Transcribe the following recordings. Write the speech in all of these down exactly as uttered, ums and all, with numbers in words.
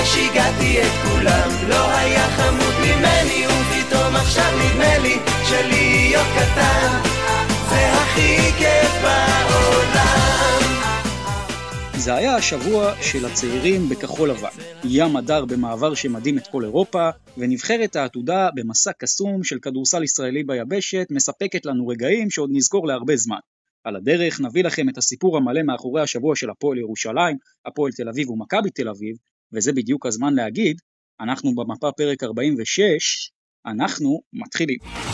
שיגעתי את כולם, לא היה חמוד ממני, ופתאום עכשיו נדמה לי שלהיות קטן זה הכי כיף בעולם. זה היה השבוע של הצעירים בכחול לבן. ים הדר במעבר שמדהים את כל אירופה, ונבחרת העתודה במסע קסום של כדורסל ישראלי ביבשת, מספקת לנו רגעים שעוד נזכור להרבה זמן. על הדרך נביא לכם את הסיפור המלא מאחורי השבוע של הפועל ירושלים, הפועל תל אביב ומכבי תל אביב, וזה בדיוק הזמן להגיד, אנחנו במפה פרק ארבעים ושש, אנחנו מתחילים.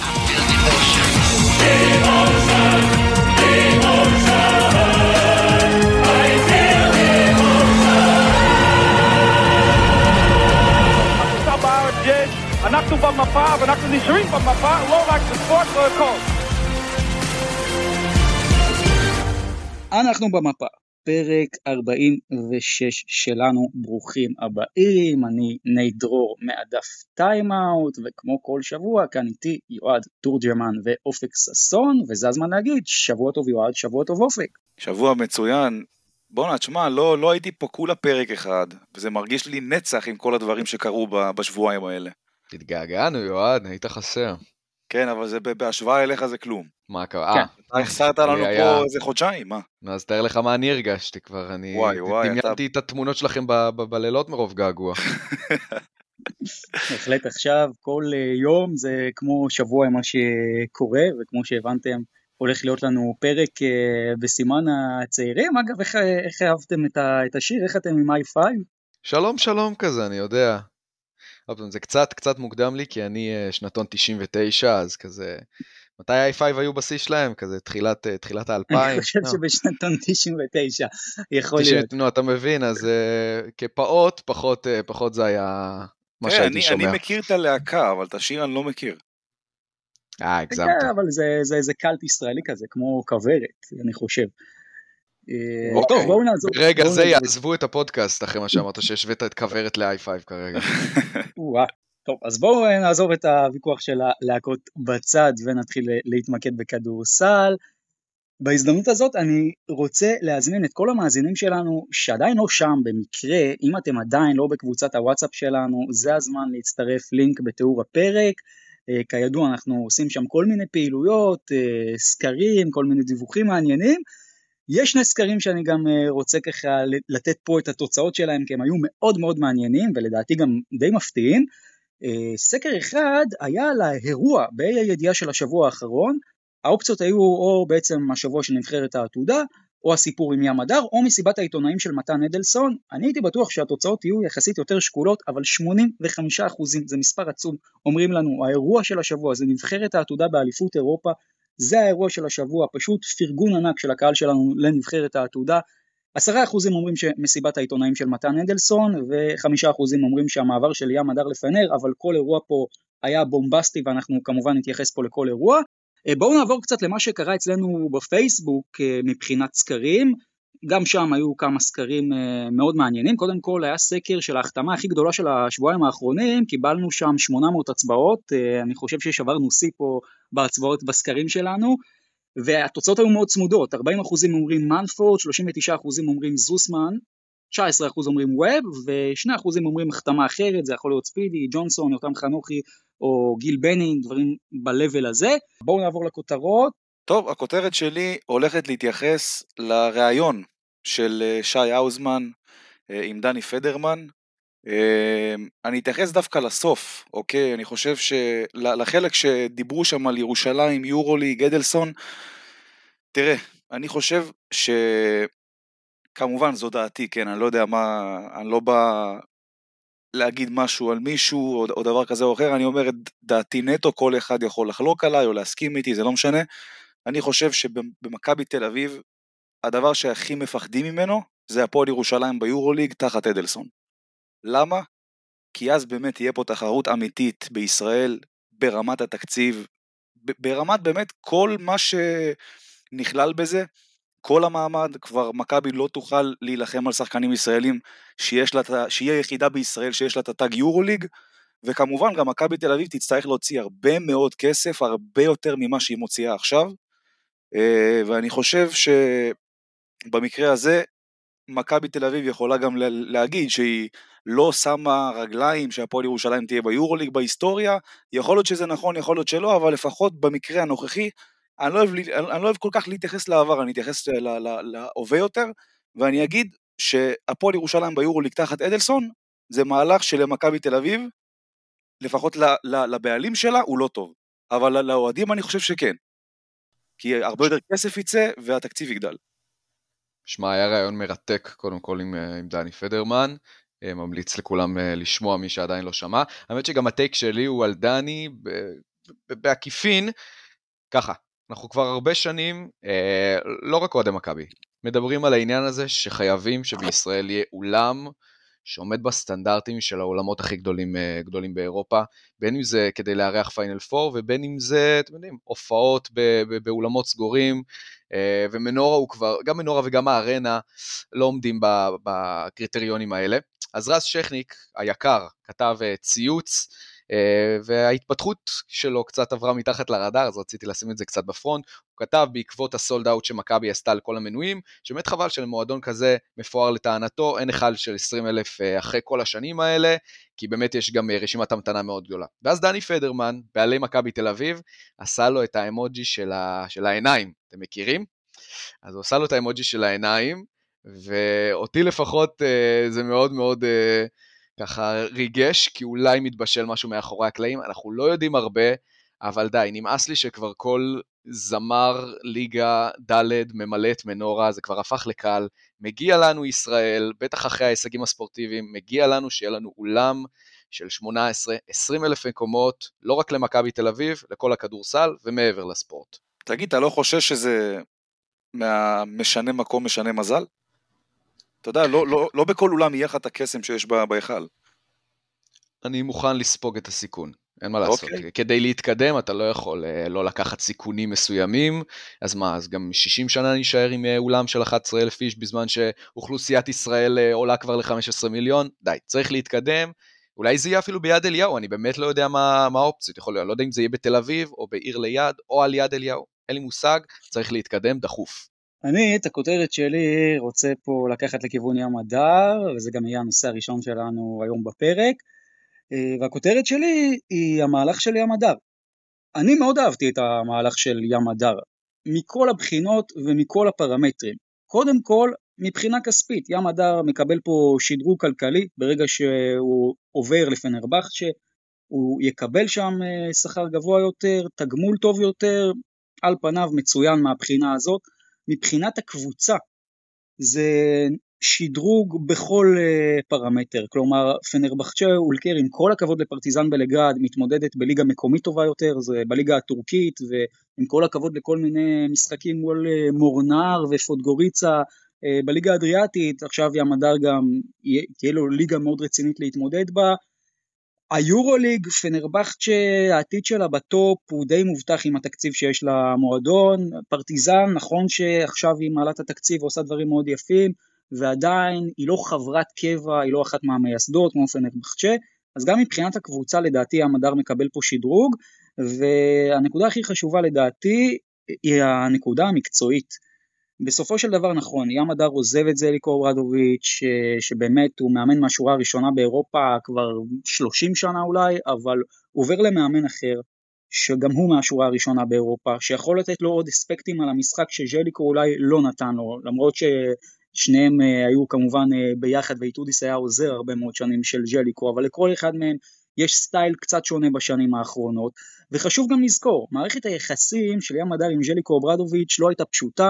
אנחנו במפה ואנחנו נשארים במפה, לא רק בספורט, לא הכל. אנחנו במפה, פרק ארבעים ושש שלנו, ברוכים הבאים, אני נייט דרור מעדף טיימאוט, וכמו כל שבוע כאן איתי יועד תורג'מן ואופק ססון, וזה הזמן להגיד, שבוע טוב יועד, שבוע טוב אופק. שבוע מצוין. בוא נשמע, לא, לא הייתי פה כולה פרק אחד, וזה מרגיש לי נצח עם כל הדברים שקרו בשבועיים האלה. התגעגענו יועד, היית חסר. כן, אבל זה בהשוואה אליך זה כלום. מה קרה? אתה החסרת לנו פה איזה חודשיים, מה? אז תאר לך מה אני הרגשתי כבר, אני דמיינתי את התמונות שלכם בלילות מרוב געגוע. בהחלט עכשיו, כל יום זה כמו שבוע מה שקורה, וכמו שהבנתם, הולך להיות לנו פרק בסימן הצעירים. אגב, איך אהבתם את השיר? איך אתם עם איי פייב? שלום שלום כזה, אני יודע. זה קצת קצת מוקדם לי, כי אני שנתון תשעים ותשע, אז כזה, מתי איי פייב היו בשיא שלהם? כזה תחילת, תחילת האלפיים? אני חושב שבשנתון תשעים ותשע יכול להיות. נו, אתה מבין, אז כפעות, פחות, פחות זה היה מה שהייתי שומע. אני מכיר את הלהקה, אבל את השיר אני לא מכיר. אה, הגזמת. אבל זה קלט ישראלי כזה, כמו כברת, אני חושב. טוב, בואו נעזור. רגע, זה יעזבו את הפודקאסט אחרי מה שאמרת שהשווית את כברת ל-איי פייב כרגע. טוב, אז בואו נעזוב את הוויכוח של הלהקות בצד ונתחיל להתמקד בכדורסל. בהזדמנות הזאת אני רוצה להזמין את כל המאזינים שלנו שעדיין לא שם במקרה, אם אתם עדיין לא בקבוצת הוואטסאפ שלנו, זה הזמן להצטרף, לינק בתיאור הפרק. כידוע אנחנו עושים שם כל מיני פעילויות, סקרים, כל מיני דיווחים מעניינים. יש שני סקרים שאני גם רוצה ככה לתת פה את התוצאות שלהם, כי הם היו מאוד מאוד מעניינים, ולדעתי גם די מפתיעים. סקר אחד היה להירוע בידיעה של השבוע האחרון, האופציות היו או בעצם השבוע של נבחרת העתודה, או הסיפור עם ים הדר, או מסיבת העיתונאים של מתן אדלסון. אני הייתי בטוח שהתוצאות יהיו יחסית יותר שקולות, אבל שמונים וחמישה אחוזים, זה מספר עצום, אומרים לנו, האירוע של השבוע זה נבחרת העתודה באליפות אירופה, זה האירוע של השבוע, פשוט פרגון ענק של הקהל שלנו לנבחרת העתודה. עשרה אחוזים אומרים שמסיבת העיתונאים של מתן אדלסון, וחמישה אחוזים אומרים שהמעבר של ים הדר לפנר, אבל כל אירוע פה היה בומבסטי, ואנחנו כמובן נתייחס פה לכל אירוע. בואו נעבור קצת למה שקרה אצלנו בפייסבוק מבחינת סקרים. גם שם היו כמה סקרים מאוד מעניינים. קודם כל היה סקר של ההחתמה הכי גדולה של השבועיים האחרונים, קיבלנו שם שמונה מאות הצבעות, אני חושב ששברנו שיא פה בהצבעות בסקרים שלנו, והתוצאות היו מאוד צמודות, ארבעים אחוזים אומרים מנפורד, שלושים ותשעה אחוזים אומרים זוסמן, תשעה עשר אחוז אומרים ווב, ו-שני אחוזים אומרים החתמה אחרת, זה יכול להיות ספידי, ג'ונסון, יותם חנוכי, או גיל בנינג, דברים בלבל הזה. בואו נעבור לכותרות. טוב, הכותרת שלי הולכת להתייחס לראיון של שי האוזמן עם דני פדרמן. אני אתייחס דווקא לסוף, אוקיי? אני חושב שלחלק שדיברו שם על ירושלים, יורוליג, אדלסון, תראה, אני חושב שכמובן זו דעתי, כן, אני לא יודע מה, אני לא בא להגיד משהו על מישהו או, או דבר כזה או אחר, אני אומר את דעתי נטו, כל אחד יכול לחלוק עליי או להסכים איתי, זה לא משנה. אני חושב שבמכבי תל אביב, הדבר שהכי מפחדים ממנו, זה הפועל ירושלים ביורוליג תחת אדלסון. למה? כי אז באמת תהיה פה תחרות אמיתית בישראל, ברמת התקציב, ברמת באמת כל מה שנכלל בזה, כל המעמד, כבר מכבי לא תוכל להילחם על שחקנים ישראלים, שיש לה, שיהיה יחידה בישראל שיש לה את הטאג יורוליג, וכמובן גם מכבי תל אביב תצטרך להוציא הרבה מאוד כסף, הרבה יותר ממה שהיא מוציאה עכשיו, ואני חושב שבמקרה הזה, מכבי תל אביב יכולה גם להגיד שהיא לא שמה רגליים שהפועל ירושלים תהיה ביורוליג בהיסטוריה, יכול להיות שזה נכון, יכול להיות שלא, אבל לפחות במקרה הנוכחי, אני לא אוהב, אני לא אוהב כל כך להתייחס לעבר, אני אתייחס להווה יותר, ואני אגיד שהפועל ירושלים ביורוליג תחת אדלסון, זה מהלך שלמכבי תל אביב, לפחות לבעלים שלה הוא לא טוב, אבל לאוהדים אני חושב שכן, כי הרבה יותר כסף יצא והתקציב יגדל. שמע, היה רעיון מרתק קודם כל עם, עם דני פדרמן, ממליץ לכולם לשמוע מי שעדיין לא שמע. האמת שגם הטייק שלי הוא על דני בעקיפין, ככה, אנחנו כבר הרבה שנים, לא רק אוהדי מכבי, מדברים על העניין הזה שחייבים שבישראל יהיה אולם שעומד בסטנדרטים של העולמות הכי גדולים, גדולים באירופה, בין אם זה כדי לארח פיינל פור, ובין אם זה, אתם יודעים, הופעות באולמות סגורים, ומנורה הוא כבר, גם מנורה וגם הארנה לא עומדים בקריטריונים האלה. אז רז שכניק, היקר, כתב ציוץ, וההתפתחות שלו קצת עברה מתחת לרדאר, אז רציתי לשים את זה קצת בפרונט. הוא כתב בעקבות הסולד אאוט שמכבי עשתה על כל המנויים, שבאמת חבל שלמועדון כזה מפואר לטענתו, אין אחד של עשרים אלף אחרי כל השנים האלה, כי באמת יש גם רשימת המתנה מאוד גדולה. ואז דני פדרמן, בעלי מכבי תל אביב, עשה לו את האמוג'י של, ה... של העיניים, אתם מכירים? אז הוא עשה לו את האמוג'י של העיניים, ואותי לפחות זה מאוד מאוד ככה ריגש, כי אולי מתבשל משהו מאחורי הקלעים, אנחנו לא יודעים הרבה, אבל די, נמאס לי שכבר כל זמר ליגה דלת ממלא את מנורה, זה כבר הפך לקל, מגיע לנו ישראל, בטח אחרי ההישגים הספורטיביים, מגיע לנו שיהיה לנו אולם של שמונה עשרה עשרים אלף מקומות, לא רק למכבי תל אביב, לכל הכדורסל ומעבר לספורט. תגיד, אתה לא חושש שזה מהמשנה מקום משנה מזל? אתה יודע, לא, לא, לא בכל אולם יהיה לך את הקסם שיש בהיכל. אני מוכן לספוג את הסיכון, אין מה לעשות. Okay. כדי להתקדם אתה לא יכול לא לקחת סיכונים מסוימים, אז מה, אז גם שישים שנה נשאר עם אולם של אחת עשרה אלף איש, בזמן שאוכלוסיית ישראל עולה כבר ל-חמישה עשר מיליון, די, צריך להתקדם, אולי זה יהיה אפילו ביד אליהו, אני באמת לא יודע מה, מה האופציות, יכול להיות, אני לא יודע אם זה יהיה בתל אביב, או בעיר ליד, או על יד אליהו, אין לי מושג, צריך להתקדם דחוף. אני, את הכותרת שלי, רוצה פה לקחת לכיוון ים הדר, וזה גם יהיה הנושא הראשון שלנו היום בפרק, והכותרת שלי היא המהלך של ים הדר. אני מאוד אהבתי את המהלך של ים הדר, מכל הבחינות ומכל הפרמטרים. קודם כל, מבחינה כספית, ים הדר מקבל פה שדרוג כלכלי, ברגע שהוא עובר לפנרבכט, שהוא יקבל שם שכר גבוה יותר, תגמול טוב יותר, על פניו מצוין מהבחינה הזאת. מבחינת הקבוצה, זה שדרוג בכל uh, פרמטר, כלומר פנרבכצ'ה אולקר עם כל הכבוד לפרטיזן בלגרד, מתמודדת בליגה מקומית טובה יותר, זה בליגה הטורקית, ועם כל הכבוד לכל מיני משחקים מול uh, מורנר ופודגוריצה, uh, בליגה האדריאטית, עכשיו ים הדר גם תהיה לו ליגה מאוד רצינית להתמודד בה, היורוליג, פנרבכצ'ה, העתיד שלה בטופ הוא די מובטח עם התקציב שיש למועדון, פרטיזן נכון שעכשיו היא מעלה את התקציב ועושה דברים מאוד יפים, ועדיין היא לא חברת קבע, היא לא אחת מהמייסדות כמו פנרבכצ'ה, אז גם מבחינת הקבוצה לדעתי ים הדר מקבל פה שדרוג, והנקודה הכי חשובה לדעתי היא הנקודה המקצועית. בסופו של דבר נכון, ים הדר עוזב את זליקו אוברדוביץ' שבאמת הוא מאמן מהשורה הראשונה באירופה כבר שלושים שנה אולי, אבל עובר למאמן אחר שגם הוא מהשורה הראשונה באירופה, שיכול לתת לו עוד אספקטים על המשחק שז'ליקו אולי לא נתן לו, למרות ששניהם היו כמובן ביחד ואיטודיס היה עוזר הרבה מאוד שנים של ז'ליקו, אבל לכל אחד מהם יש סטייל קצת שונה בשנים האחרונות, וחשוב גם לזכור, מערכת היחסים של ים הדר עם ז'ליקו אוברדוביץ' לא הייתה פשוטה,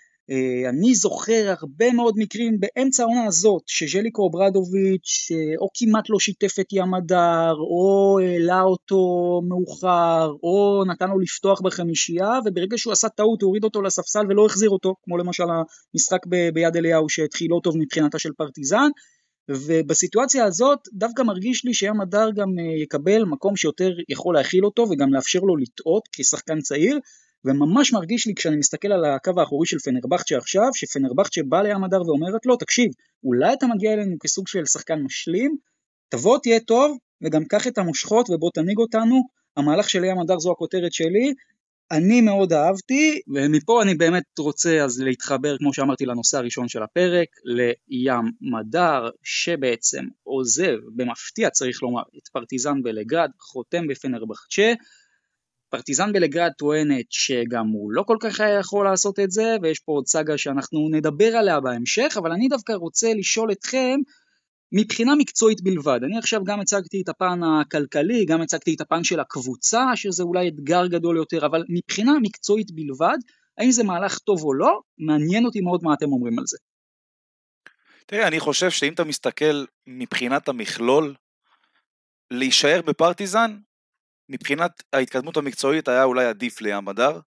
אני זוכר הרבה מאוד מקרים באמצע העונה הזאת שז'ליקו אוברדוביץ' או כמעט לא שיתף את ים הדר או העלה אותו מאוחר או נתן לו לפתוח בחמישייה, וברגע שהוא עשה טעות הוא הוריד אותו לספסל ולא החזיר אותו, כמו למשל המשחק ב- ביד אליהו שהתחיל לא טוב מבחינתה של פרטיזן, ובסיטואציה הזאת דווקא מרגיש לי שים הדר גם יקבל מקום שיותר יכול להכיל אותו וגם לאפשר לו לטעות כשחקן צעיר, וממש מרגיש לי כשאני מסתכל על הקו האחורי של פנרבכצ'ה עכשיו, שפנרבכצ'ה בא לים הדר ואומרת לו, תקשיב, אולי אתה מגיע אלינו כסוג של שחקן משלים, תבוא תהיה טוב, וגם קח את המושכות ובוא תניג אותנו, המהלך של ים הדר זו הכותרת שלי, אני מאוד אהבתי, ומפה אני באמת רוצה אז להתחבר, כמו שאמרתי, לנושא הראשון של הפרק, לים מדר, שבעצם עוזב, במפתיע צריך לומר, את פרטיזן בלגרד, חותם בפנרבחצ'ה. פרטיזן בלגרד טוענת שגם הוא לא כל כך היה יכול לעשות את זה, ויש פה עוד סאגה שאנחנו נדבר עליה בהמשך, אבל אני דווקא רוצה לשאול אתכם, מבחינה מקצועית בלבד, אני עכשיו גם הצגתי את הפן הכלכלי, גם הצגתי את הפן של הקבוצה, שזה אולי אתגר גדול יותר, אבל מבחינה מקצועית בלבד, האם זה מהלך טוב או לא? מעניין אותי מאוד מה אתם אומרים על זה. תראה, אני חושב שאם אתה מסתכל מבחינת המכלול, להישאר בפרטיזן, מבחינת ההתקדמות המקצועית היה אולי עדיף לים מדר.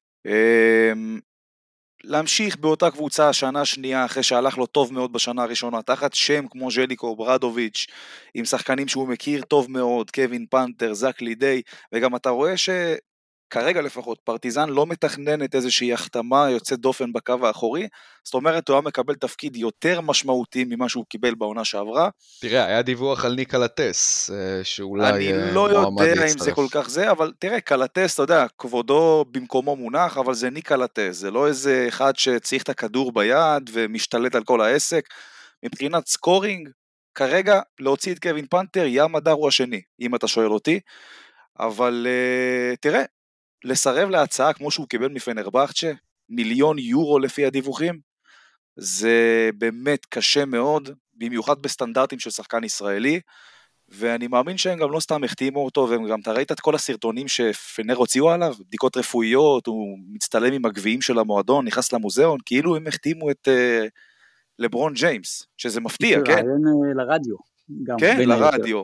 להמשיך באותה קבוצה שנה שנייה אחרי שהלך לו טוב מאוד בשנה הראשונה, תחת שם כמו ז'ליקו, ברדוביץ', עם שחקנים שהוא מכיר טוב מאוד, קווין פנתר, זק לידי, וגם אתה רואה שכרגע לפחות פרטיזן לא מתכננת איזושהי החתמה יוצאת דופן בקו האחורי, זאת אומרת הוא היה מקבל תפקיד יותר משמעותי ממה שהוא קיבל בעונה שעברה. תראה, היה דיווח על ניק קלטס, שאולי אני לא יודע אם זה כל כך זה, אבל תראה, קלטס, אתה יודע, כבודו במקומו מונח, אבל זה ניק קלטס, זה לא איזה אחד שצריך את הכדור ביד ומשתלט על כל העסק. מבחינת סקורינג, כרגע להוציא את קווין פנתר, ים מדר הוא השני, אם אתה שואל אותי, אבל uh, תראה, לסרב להצעה כמו שהוא קיבל מפנרבחצ'ה, מיליון יורו לפי הדיווחים, זה באמת קשה מאוד, במיוחד בסטנדרטים של שחקן ישראלי, ואני מאמין שהם גם לא סתם החתימו אותו, והם גם, אתה ראית את כל הסרטונים שפנר הוציאו עליו, בדיקות רפואיות, הוא מצטלם עם הגביעים של המועדון, נכנס למוזיאון, כאילו הם החתימו את uh, לברון ג'יימס, שזה מפתיע, כן? רעיון לרדיו. כן, לרדיו.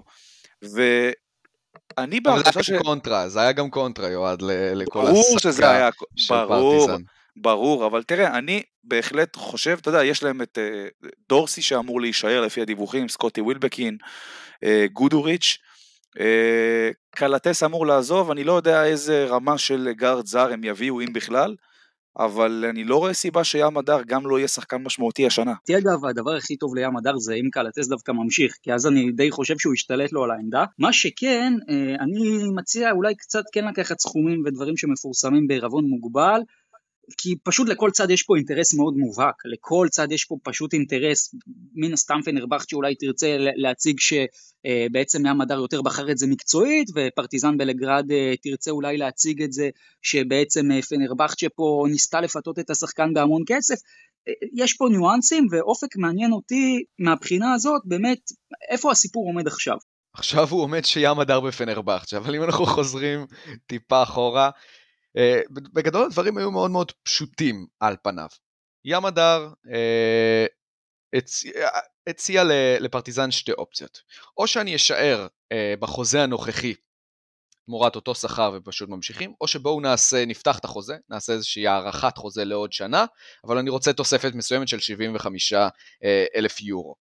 ואני בהרגשה ש... זה היה קונטרה, זה היה גם קונטרה, יועד, לכל הסקה. ברור שזה היה, ברור. ברור, אבל תראה, אני בהחלט חושב, אתה יודע, יש להם את uh, דורסי שאמור להישאר לפי הדיווחים, סקוטי ווילבקין, uh, גודוריץ', uh, קלטס אמור לעזוב, אני לא יודע איזה רמה של גארד זר הם יביאו אם בכלל, אבל אני לא רואה סיבה שים מדר גם לא יהיה שחקן משמעותי השנה. תהיה אגב, הדבר הכי טוב לים מדר זה אם קלטס דווקא ממשיך, כי אז אני די חושב שהוא ישתלט לו על העמדה. מה שכן, אני מציע אולי קצת כן לקחת סכומים ודברים שמפורסמים בערבון מוגבל, כי פשוט לכל צד יש פה אינטרס מאוד מובהק, לכל צד יש פה פשוט אינטרס, מן הסתם פנרבחצ'ה שאולי תרצה להציג שבעצם ים מדר יותר בחר את זה מקצועית, ופרטיזן בלגרד תרצה אולי להציג את זה שבעצם פנרבחצ'ה פה ניסתה לפתות את השחקן בהמון כסף. יש פה ניואנסים, ואופק מעניין אותי מהבחינה הזאת, באמת, איפה הסיפור עומד עכשיו? עכשיו הוא עומד שים מדר בפנרבחצ'ה, אבל אם אנחנו חוזרים טיפה אחורה, Uh, בגדול הדברים היו מאוד מאוד פשוטים על פניו. ים מדר uh, הציע, הציע לפרטיזן שתי אופציות. או שאני אשאר uh, בחוזה הנוכחי, תמורת אותו שכר ופשוט ממשיכים, או שבואו נעשה, נפתח את החוזה, נעשה איזושהי הערכת חוזה לעוד שנה, אבל אני רוצה תוספת מסוימת של שבעים וחמישה אלף יורו.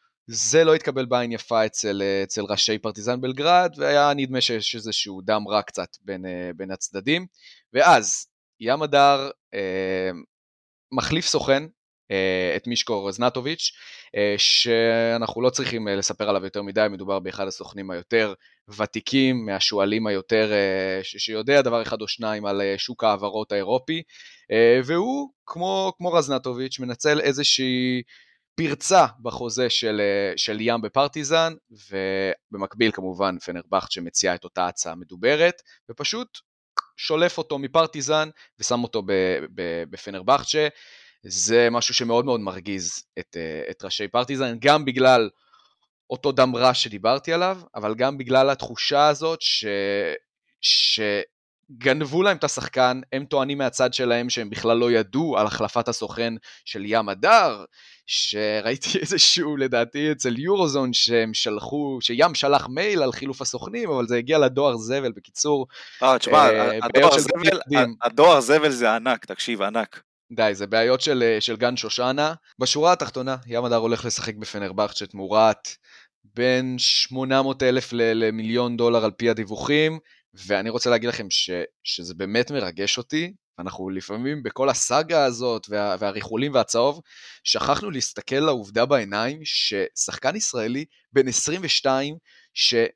זה לא התקבל בעין יפה אצל, אצל ראשי פרטיזן בלגרד, והיה נדמה שיש איזשהו דם רע קצת בין, בין הצדדים, ואז ים מדר אה, מחליף סוכן, אה, את מישקו רזנטוביץ', אה, שאנחנו לא צריכים לספר עליו יותר מדי, מדובר באחד הסוכנים היותר ותיקים, מהשואלים היותר, אה, ש, שיודע דבר אחד או שניים על שוק העברות האירופי, אה, והוא, כמו, כמו רזנטוביץ', מנצל איזושהי פרצה בחוזה של, של ים בפרטיזן, ובמקביל כמובן פנרבחצ'ה שמציע את אותה הצעה מדוברת, ופשוט שולף אותו מפרטיזן ושם אותו בפנרבחצ'ה. זה משהו שמאוד מאוד מרגיז את, את ראשי פרטיזן, גם בגלל אותו דם רע שדיברתי עליו, אבל גם בגלל התחושה הזאת ש... ש... גנבו להם את השחקן, הם טוענים מהצד שלהם שהם בכלל לא ידעו על החלפת הסוכן של ים מדר, שראיתי איזשהו לדעתי אצל יורוזון שהם שלחו, שים שלח מייל על חילוף הסוכנים, אבל זה הגיע לדואר זבל, בקיצור. אה, תשמע, הדואר זבל זה ענק, תקשיב, ענק. די, זה בעיות של, של גן שושנה. בשורה התחתונה, ים מדר הולך לשחק בפנרבחצ'ה תמורת בין שמונה מאות אלף למיליון דולר על פי הדיווחים, ואני רוצה להגיד לכם ש, שזה באמת מרגש אותי, אנחנו לפעמים בכל הסאגה הזאת וה, והריחולים והצהוב, שכחנו להסתכל לעובדה בעיניים ששחקן ישראלי בן עשרים ושתיים,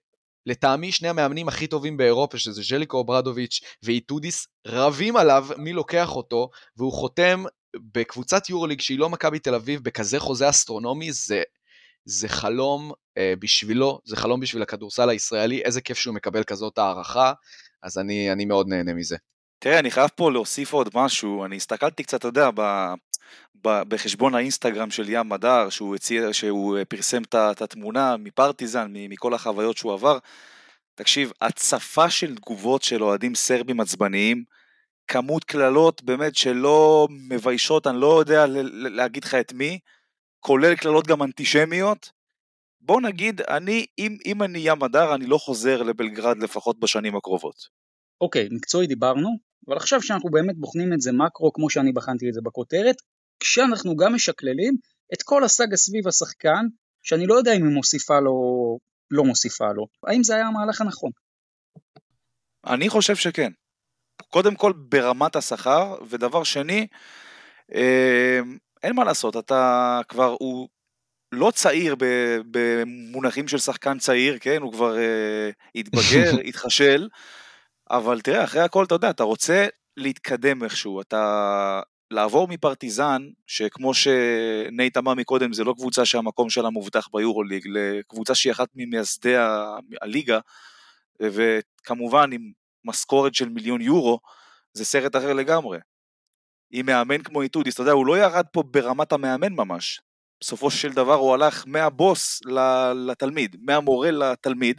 לטעמי שני המאמנים הכי טובים באירופה, שזה ז'ליקו אוברדוביץ' ואיטודיס, רבים עליו מי לוקח אותו, והוא חותם בקבוצת יורוליג שהיא לא מכבי תל אביב, בכזה חוזה אסטרונומי, זה, זה חלום אה, בשבילו, זה חלום בשביל הכדורסל הישראלי, איזה כיף שהוא מקבל כזאת הערכה, אז אני, אני מאוד נהנה מזה. תראה, אני חייב פה להוסיף עוד משהו, אני הסתכלתי קצת, אתה יודע, ב... בחשבון האינסטגרם של ים מדר, שהוא, הציע, שהוא פרסם את התמונה מפרטיזן, מכל החוויות שהוא עבר. תקשיב, הצפה של תגובות של אוהדים סרבים עצבניים, כמות כללות באמת שלא מביישות, אני לא יודע להגיד לך את מי, כולל כללות גם אנטישמיות. בוא נגיד, אני, אם, אם אני ים מדר, אני לא חוזר לבלגרד לפחות בשנים הקרובות. אוקיי, מקצועי דיברנו, אבל עכשיו שאנחנו באמת בוחנים את זה מקרו, כמו שאני בחנתי את זה בכותרת, כשאנחנו גם משקללים את כל הסגה סביב השחקן, שאני לא יודע אם היא מוסיפה לו, לא מוסיפה לו. האם זה היה המהלך הנכון? אני חושב שכן. קודם כל ברמת השכר, ודבר שני, אה, אין מה לעשות, אתה כבר, הוא לא צעיר במונחים של שחקן צעיר, כן? הוא כבר אה, התבגר, התחשל, אבל תראה, אחרי הכל אתה יודע, אתה רוצה להתקדם איכשהו, אתה... לעבור מפרטיזן, שכמו שנייט אמר מקודם, זה לא קבוצה שהמקום שלה מובטח ביורוליג, לקבוצה שהיא אחת ממייסדי הליגה, וכמובן עם משכורת של מיליון יורו, זה סרט אחר לגמרי. עם מאמן כמו איטודיס, אתה יודע, הוא לא ירד פה ברמת המאמן ממש, בסופו של דבר הוא הלך מהבוס לתלמיד, מהמורה לתלמיד,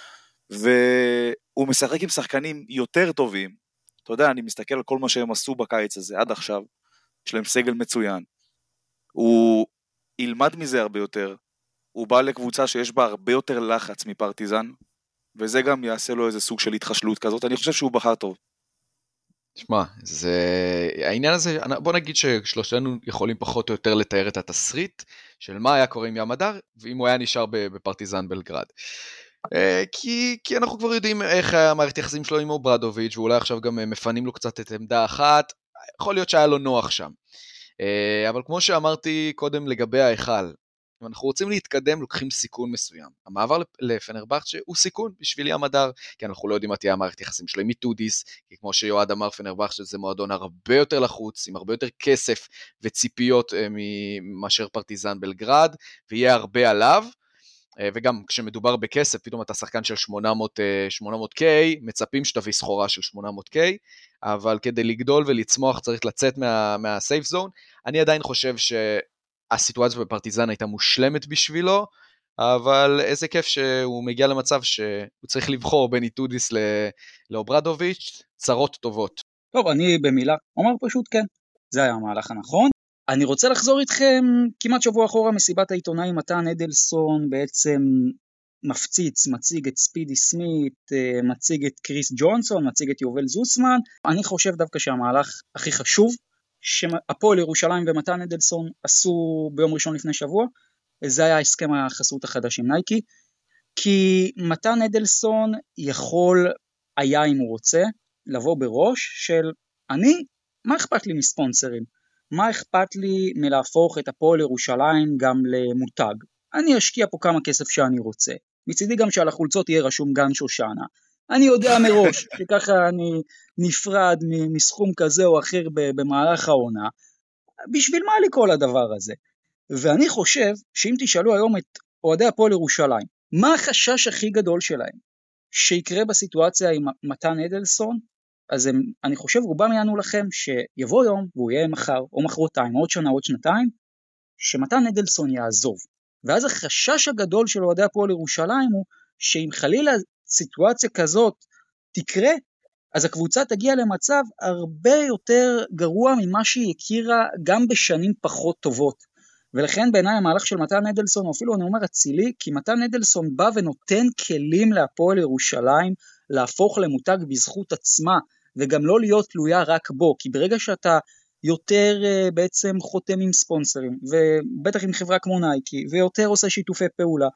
והוא משחק עם שחקנים יותר טובים, אתה יודע, אני מסתכל על כל מה שהם עשו בקיץ הזה, עד עכשיו, יש להם סגל מצוין, הוא ילמד מזה הרבה יותר, הוא בא לקבוצה שיש בה הרבה יותר לחץ מפרטיזן, וזה גם יעשה לו איזה סוג של התחשלות כזאת, אני חושב שהוא בחר טוב. תשמע, זה... העניין הזה, בוא נגיד ששלושתנו יכולים פחות או יותר לתאר את התסריט, של מה היה קורה עם ים מדר, ואם הוא היה נשאר בפרטיזן בלגרד. כי, כי אנחנו כבר יודעים איך המערכת יחסים שלו עם אוברדוביץ', ואולי עכשיו גם מפנים לו קצת את עמדה אחת, יכול להיות שהיה לו נוח שם. אבל כמו שאמרתי קודם לגבי ההיכל, אם אנחנו רוצים להתקדם, לוקחים סיכון מסוים. המעבר לפנרבחצ'ה הוא סיכון בשביל ים מדר, כי אנחנו לא יודעים מה תהיה המערכת יחסים שלו עם איטודיס, כי כמו שיועד אמר, פנרבחצ'ה זה מועדון הרבה יותר לחוץ, עם הרבה יותר כסף וציפיות מאשר פרטיזן בלגרד, ויהיה הרבה עליו, וגם כשמדובר בכסף, פתאום אתה שחקן של שמונה מאות קיי, מצפים שתביא סחורה של שמונה מאות קיי, אבל כדי לגדול ולצמוח צריך לצאת מה, מהסייף זון. אני עדיין חושב שהסיטואציה בפרטיזן הייתה מושלמת בשבילו, אבל איזה כיף שהוא מגיע למצב שהוא צריך לבחור בין איטודיס לאוברדוביץ', צרות טובות. טוב, אני במילה אומר פשוט כן, זה היה המהלך הנכון. אני רוצה לחזור איתכם כמעט שבוע אחורה מסיבת העיתונאים, מתן אדלסון בעצם מפציץ, מציג את ספידי סמית, מציג את קריס ג'ונסון, מציג את יובל זוסמן. אני חושב דווקא שהמהלך הכי חשוב שהפועל ירושלים ומתן אדלסון עשו ביום ראשון לפני שבוע, זה היה הסכם החסות החדש עם נייקי, כי מתן אדלסון יכול היה, אם הוא רוצה, לבוא בראש של אני, מה אכפת לי מספונסרים? מה אכפת לי מלהפוך את הפועל ירושלים גם למותג? אני אשקיע פה כמה כסף שאני רוצה. מצידי גם שעל החולצות יהיה רשום גן שושנה. אני יודע מראש שככה אני נפרד מסכום כזה או אחר במהלך העונה. בשביל מה לי כל הדבר הזה? ואני חושב שאם תשאלו היום את אוהדי הפועל ירושלים, מה החשש הכי גדול שלהם שיקרה בסיטואציה עם מתן אדלסון? אז הם, אני חושב רובם יענו לכם שיבוא יום, והוא יהיה מחר, או מחרתיים, או עוד שנה, עוד שנתיים, שמתן אדלסון יעזוב. ואז החשש הגדול של אוהדי הפועל ירושלים הוא, שאם חלילה סיטואציה כזאת תקרה, אז הקבוצה תגיע למצב הרבה יותר גרוע ממה שהיא הכירה גם בשנים פחות טובות. ולכן בעיניי המהלך של מתן אדלסון, אפילו אני אומר אצילי, כי מתן אדלסון בא ונותן כלים להפועל ירושלים, להפוך למותג בזכות עצמה, וגם לא להיות תלויה רק בו, כי ברגע שאתה יותר uh, בעצם חותם עם ספונסרים, ובטח עם חברה כמו נייקי, ויותר עושה שיתופי פעולה,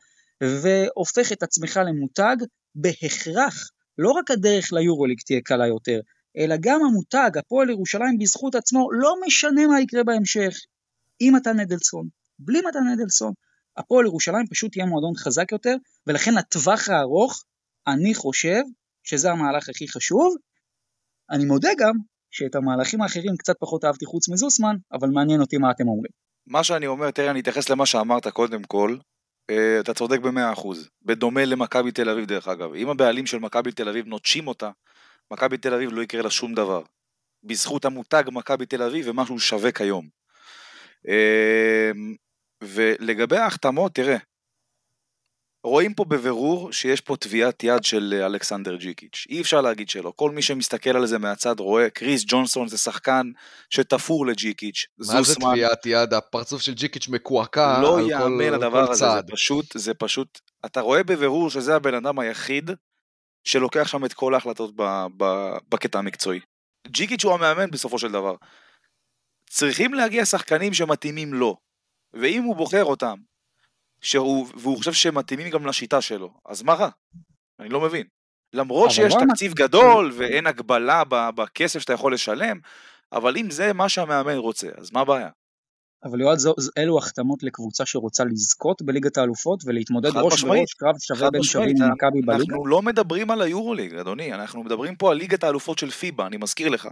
והופך את עצמך למותג, בהכרח, לא רק הדרך ליורוליג תהיה קלה יותר, אלא גם המותג, הפועל ירושלים בזכות עצמו, לא משנה מה יקרה בהמשך, עם מתן אדלסון, בלי מתן אדלסון, הפועל ירושלים פשוט יהיה מועדון חזק יותר, ולכן הטווח הארוך, אני חושב שזה המהלך הכי חשוב. אני מודה גם שאת המהלכים האחרים קצת פחות אהבתי חוץ מזוסמן, אבל מעניין אותי מה אתם אומרים. מה שאני אומר, תראה, אני אתייחס למה שאמרת קודם כל, אתה צודק ב-מאה אחוז, בדומה למכבי תל אביב דרך אגב. אם הבעלים של מכבי תל אביב נוטשים אותה, מכבי תל אביב לא יקרה לה שום דבר. בזכות המותג מכבי תל אביב ומשהו שווה כיום. ולגבי ההחתמות, תראה, רואים פה בבירור שיש פה תביעת יד של אלכסנדר ג'יקיץ'. אי אפשר להגיד שלא. כל מי שמסתכל על זה מהצד רואה, קריס ג'ונסון זה שחקן שתפור לג'יקיץ'. מה זה תביעת יד? הפרצוף של ג'יקיץ' מקועקע לא על כל, יאמן הדבר כל הזה, צעד. זה פשוט, זה פשוט, אתה רואה בבירור שזה הבן אדם היחיד שלוקח שם את כל ההחלטות ב, ב, בקטע המקצועי. ג'יקיץ' הוא המאמן בסופו של דבר. צריכים להגיע שחקנים שמתאימים לו, ואם הוא בוחר אותם, שהוא, והוא חושב שהם מתאימים גם לשיטה שלו, אז מה רע? אני לא מבין. למרות שיש תקציב גדול, ואין הגבלה בכסף שאתה יכול לשלם, אבל אם זה מה שהמאמן רוצה, אז מה הבעיה? אבל יועד, אלו החתמות לקבוצה שרוצה לזכות בליגת האלופות, ולהתמודד ראש בראש, קרב שווה בין שווים עם מכבי בליגה? אנחנו לא מדברים על היורוליג, אדוני, אנחנו מדברים פה על ליגת האלופות של פיבה, אני מזכיר לך.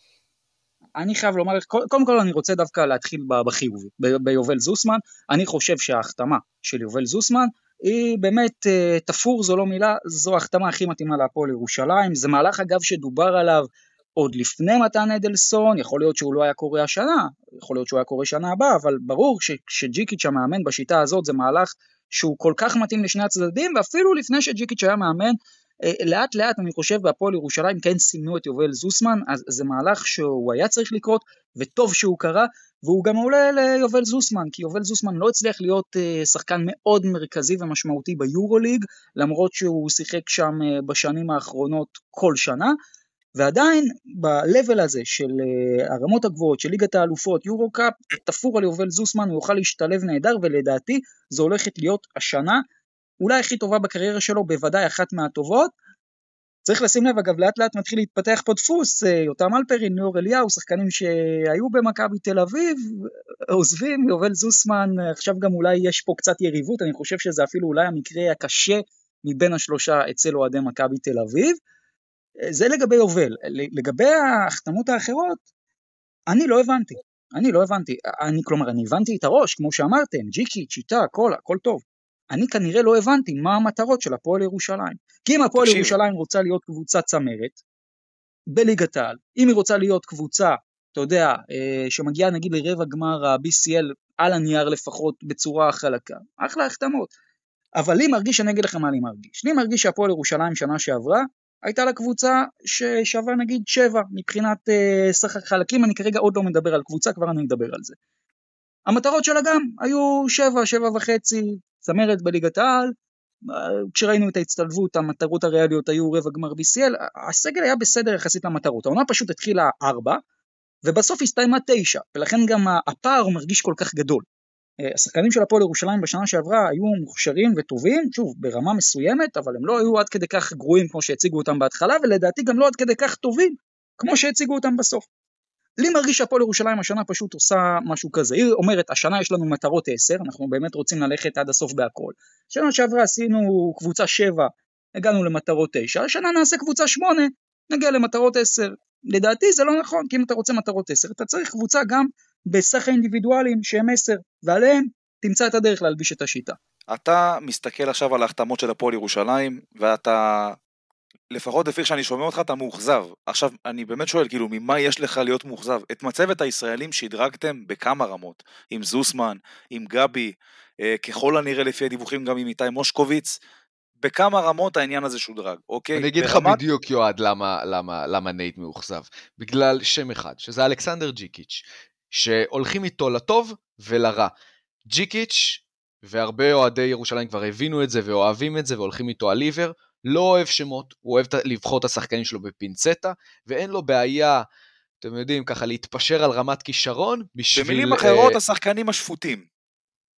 אני חייב לומר, קודם כל אני רוצה דווקא להתחיל בחיובי, ביובל זוסמן. אני חושב שההחתמה של יובל זוסמן היא באמת תפור, זו לא מילה, זו ההחתמה הכי מתאימה להפועל ירושלים. זה מהלך אגב שדובר עליו עוד לפני מתן אדלסון, יכול להיות שהוא לא היה קורה השנה, יכול להיות שהוא היה קורה שנה הבאה, אבל ברור שג'יקיץ' המאמן בשיטה הזאת זה מהלך שהוא כל כך מתאים לשני הצדדים, ואפילו לפני שג'יקיץ' היה מאמן, לאט לאט אני חושב בהפועל ירושלים כן סימנו את יובל זוסמן, אז זה מהלך שהוא היה צריך לקרות, וטוב שהוא קרה, והוא גם עולה ליובל זוסמן, כי יובל זוסמן לא הצליח להיות שחקן מאוד מרכזי ומשמעותי ביורוליג, למרות שהוא שיחק שם בשנים האחרונות כל שנה, ועדיין בלבל הזה של הרמות הגבוהות של ליגת האלופות, יורו-קאפ, תפור על יובל זוסמן, הוא יוכל להשתלב נהדר, ולדעתי זו הולכת להיות השנה, אולי הכי טובה בקריירה שלו, בוודאי אחת מהטובות. צריך לשים לב, אגב, לאט לאט מתחיל להתפתח פה דפוס, יותם אלפרין, ליאור אליהו, שחקנים שהיו במכבי תל אביב, עוזבים, יובל זוסמן, עכשיו גם אולי יש פה קצת יריבות, אני חושב שזה אפילו אולי המקרה הקשה מבין השלושה אצל אוהדי מכבי תל אביב. זה לגבי יובל. לגבי ההחתמות האחרות, אני לא הבנתי, אני לא הבנתי, אני, כלומר, אני הבנתי את הראש, כמו שאמרתם, ג'יקיץ', שיטה, הכל, הכל טוב. אני כנראה לא הבנתי מה המטרות של הפועל ירושלים. כי אם הפועל ירושלים רוצה להיות קבוצה צמרת, בליגת העל, אם היא רוצה להיות קבוצה, אתה יודע, שמגיעה נגיד לרבע גמר ה-בי סי אל, על הנייר לפחות בצורה חלקה, אחלה החתמות. אבל לי מרגיש, אני אגיד לכם מה לי מרגיש. לי מרגיש שהפועל ירושלים שנה שעברה, הייתה לה קבוצה ששווה נגיד שבע, מבחינת סך החלקים, אני כרגע עוד לא מדבר על קבוצה, כבר אני מדבר על זה. המטרות שלה גם היו שבע, שבע וחצי, צמרת בליגת העל, כשראינו את ההצטלבות, המטרות הריאליות היו רבע גמר בי סי אל, הסגל היה בסדר יחסית למטרות, העונה פשוט התחילה ארבע, ובסוף הסתיימה תשע, ולכן גם הפער מרגיש כל כך גדול. השחקנים של הפועל ירושלים בשנה שעברה היו מוכשרים וטובים, שוב, ברמה מסוימת, אבל הם לא היו עד כדי כך גרועים כמו שהציגו אותם בהתחלה, ולדעתי גם לא עד כדי כך טובים כמו שהציגו אותם בסוף. לי מרגיש שהפועל ירושלים השנה פשוט עושה משהו כזה, היא אומרת, השנה יש לנו מטרות עשר, אנחנו באמת רוצים ללכת עד הסוף בהכל. שנה שעברה עשינו קבוצה שבע, הגענו למטרות תשע, השנה נעשה קבוצה שמונה, נגיע למטרות עשר. לדעתי זה לא נכון, כי אם אתה רוצה מטרות עשר, אתה צריך קבוצה גם בסך האינדיבידואלים שהם עשר, ועליהם תמצא את הדרך להלביש את השיטה. אתה מסתכל עכשיו על ההחתמות של הפועל ירושלים, ואתה, לפחות לפי שאני שומע אותך, אתה מאוכזב. עכשיו, אני באמת שואל, כאילו, ממה יש לך להיות מאוכזב? את מצבת הישראלים שהדרגתם בכמה רמות, עם זוסמן, עם גבי, אה, ככל הנראה לפי הדיווחים גם עם איתי מושקוביץ, בכמה רמות העניין הזה שודרג, אוקיי? אני אגיד לך ברמת... בדיוק, יועד, למה, למה, למה נייט מאוכזב. בגלל שם אחד, שזה אלכסנדר ג'יקיץ', שהולכים איתו לטוב ולרע. ג'יקיץ' והרבה אוהדי ירושלים כבר הבינו את זה ואוהבים את זה והולכים איתו על ליבר, לא אוהב שמות, הוא אוהב לבחור את השחקנים שלו בפינצטה, ואין לו בעיה, אתם יודעים, ככה להתפשר על רמת כישרון, בשביל... במילים אחרות, uh... השחקנים השפוטים.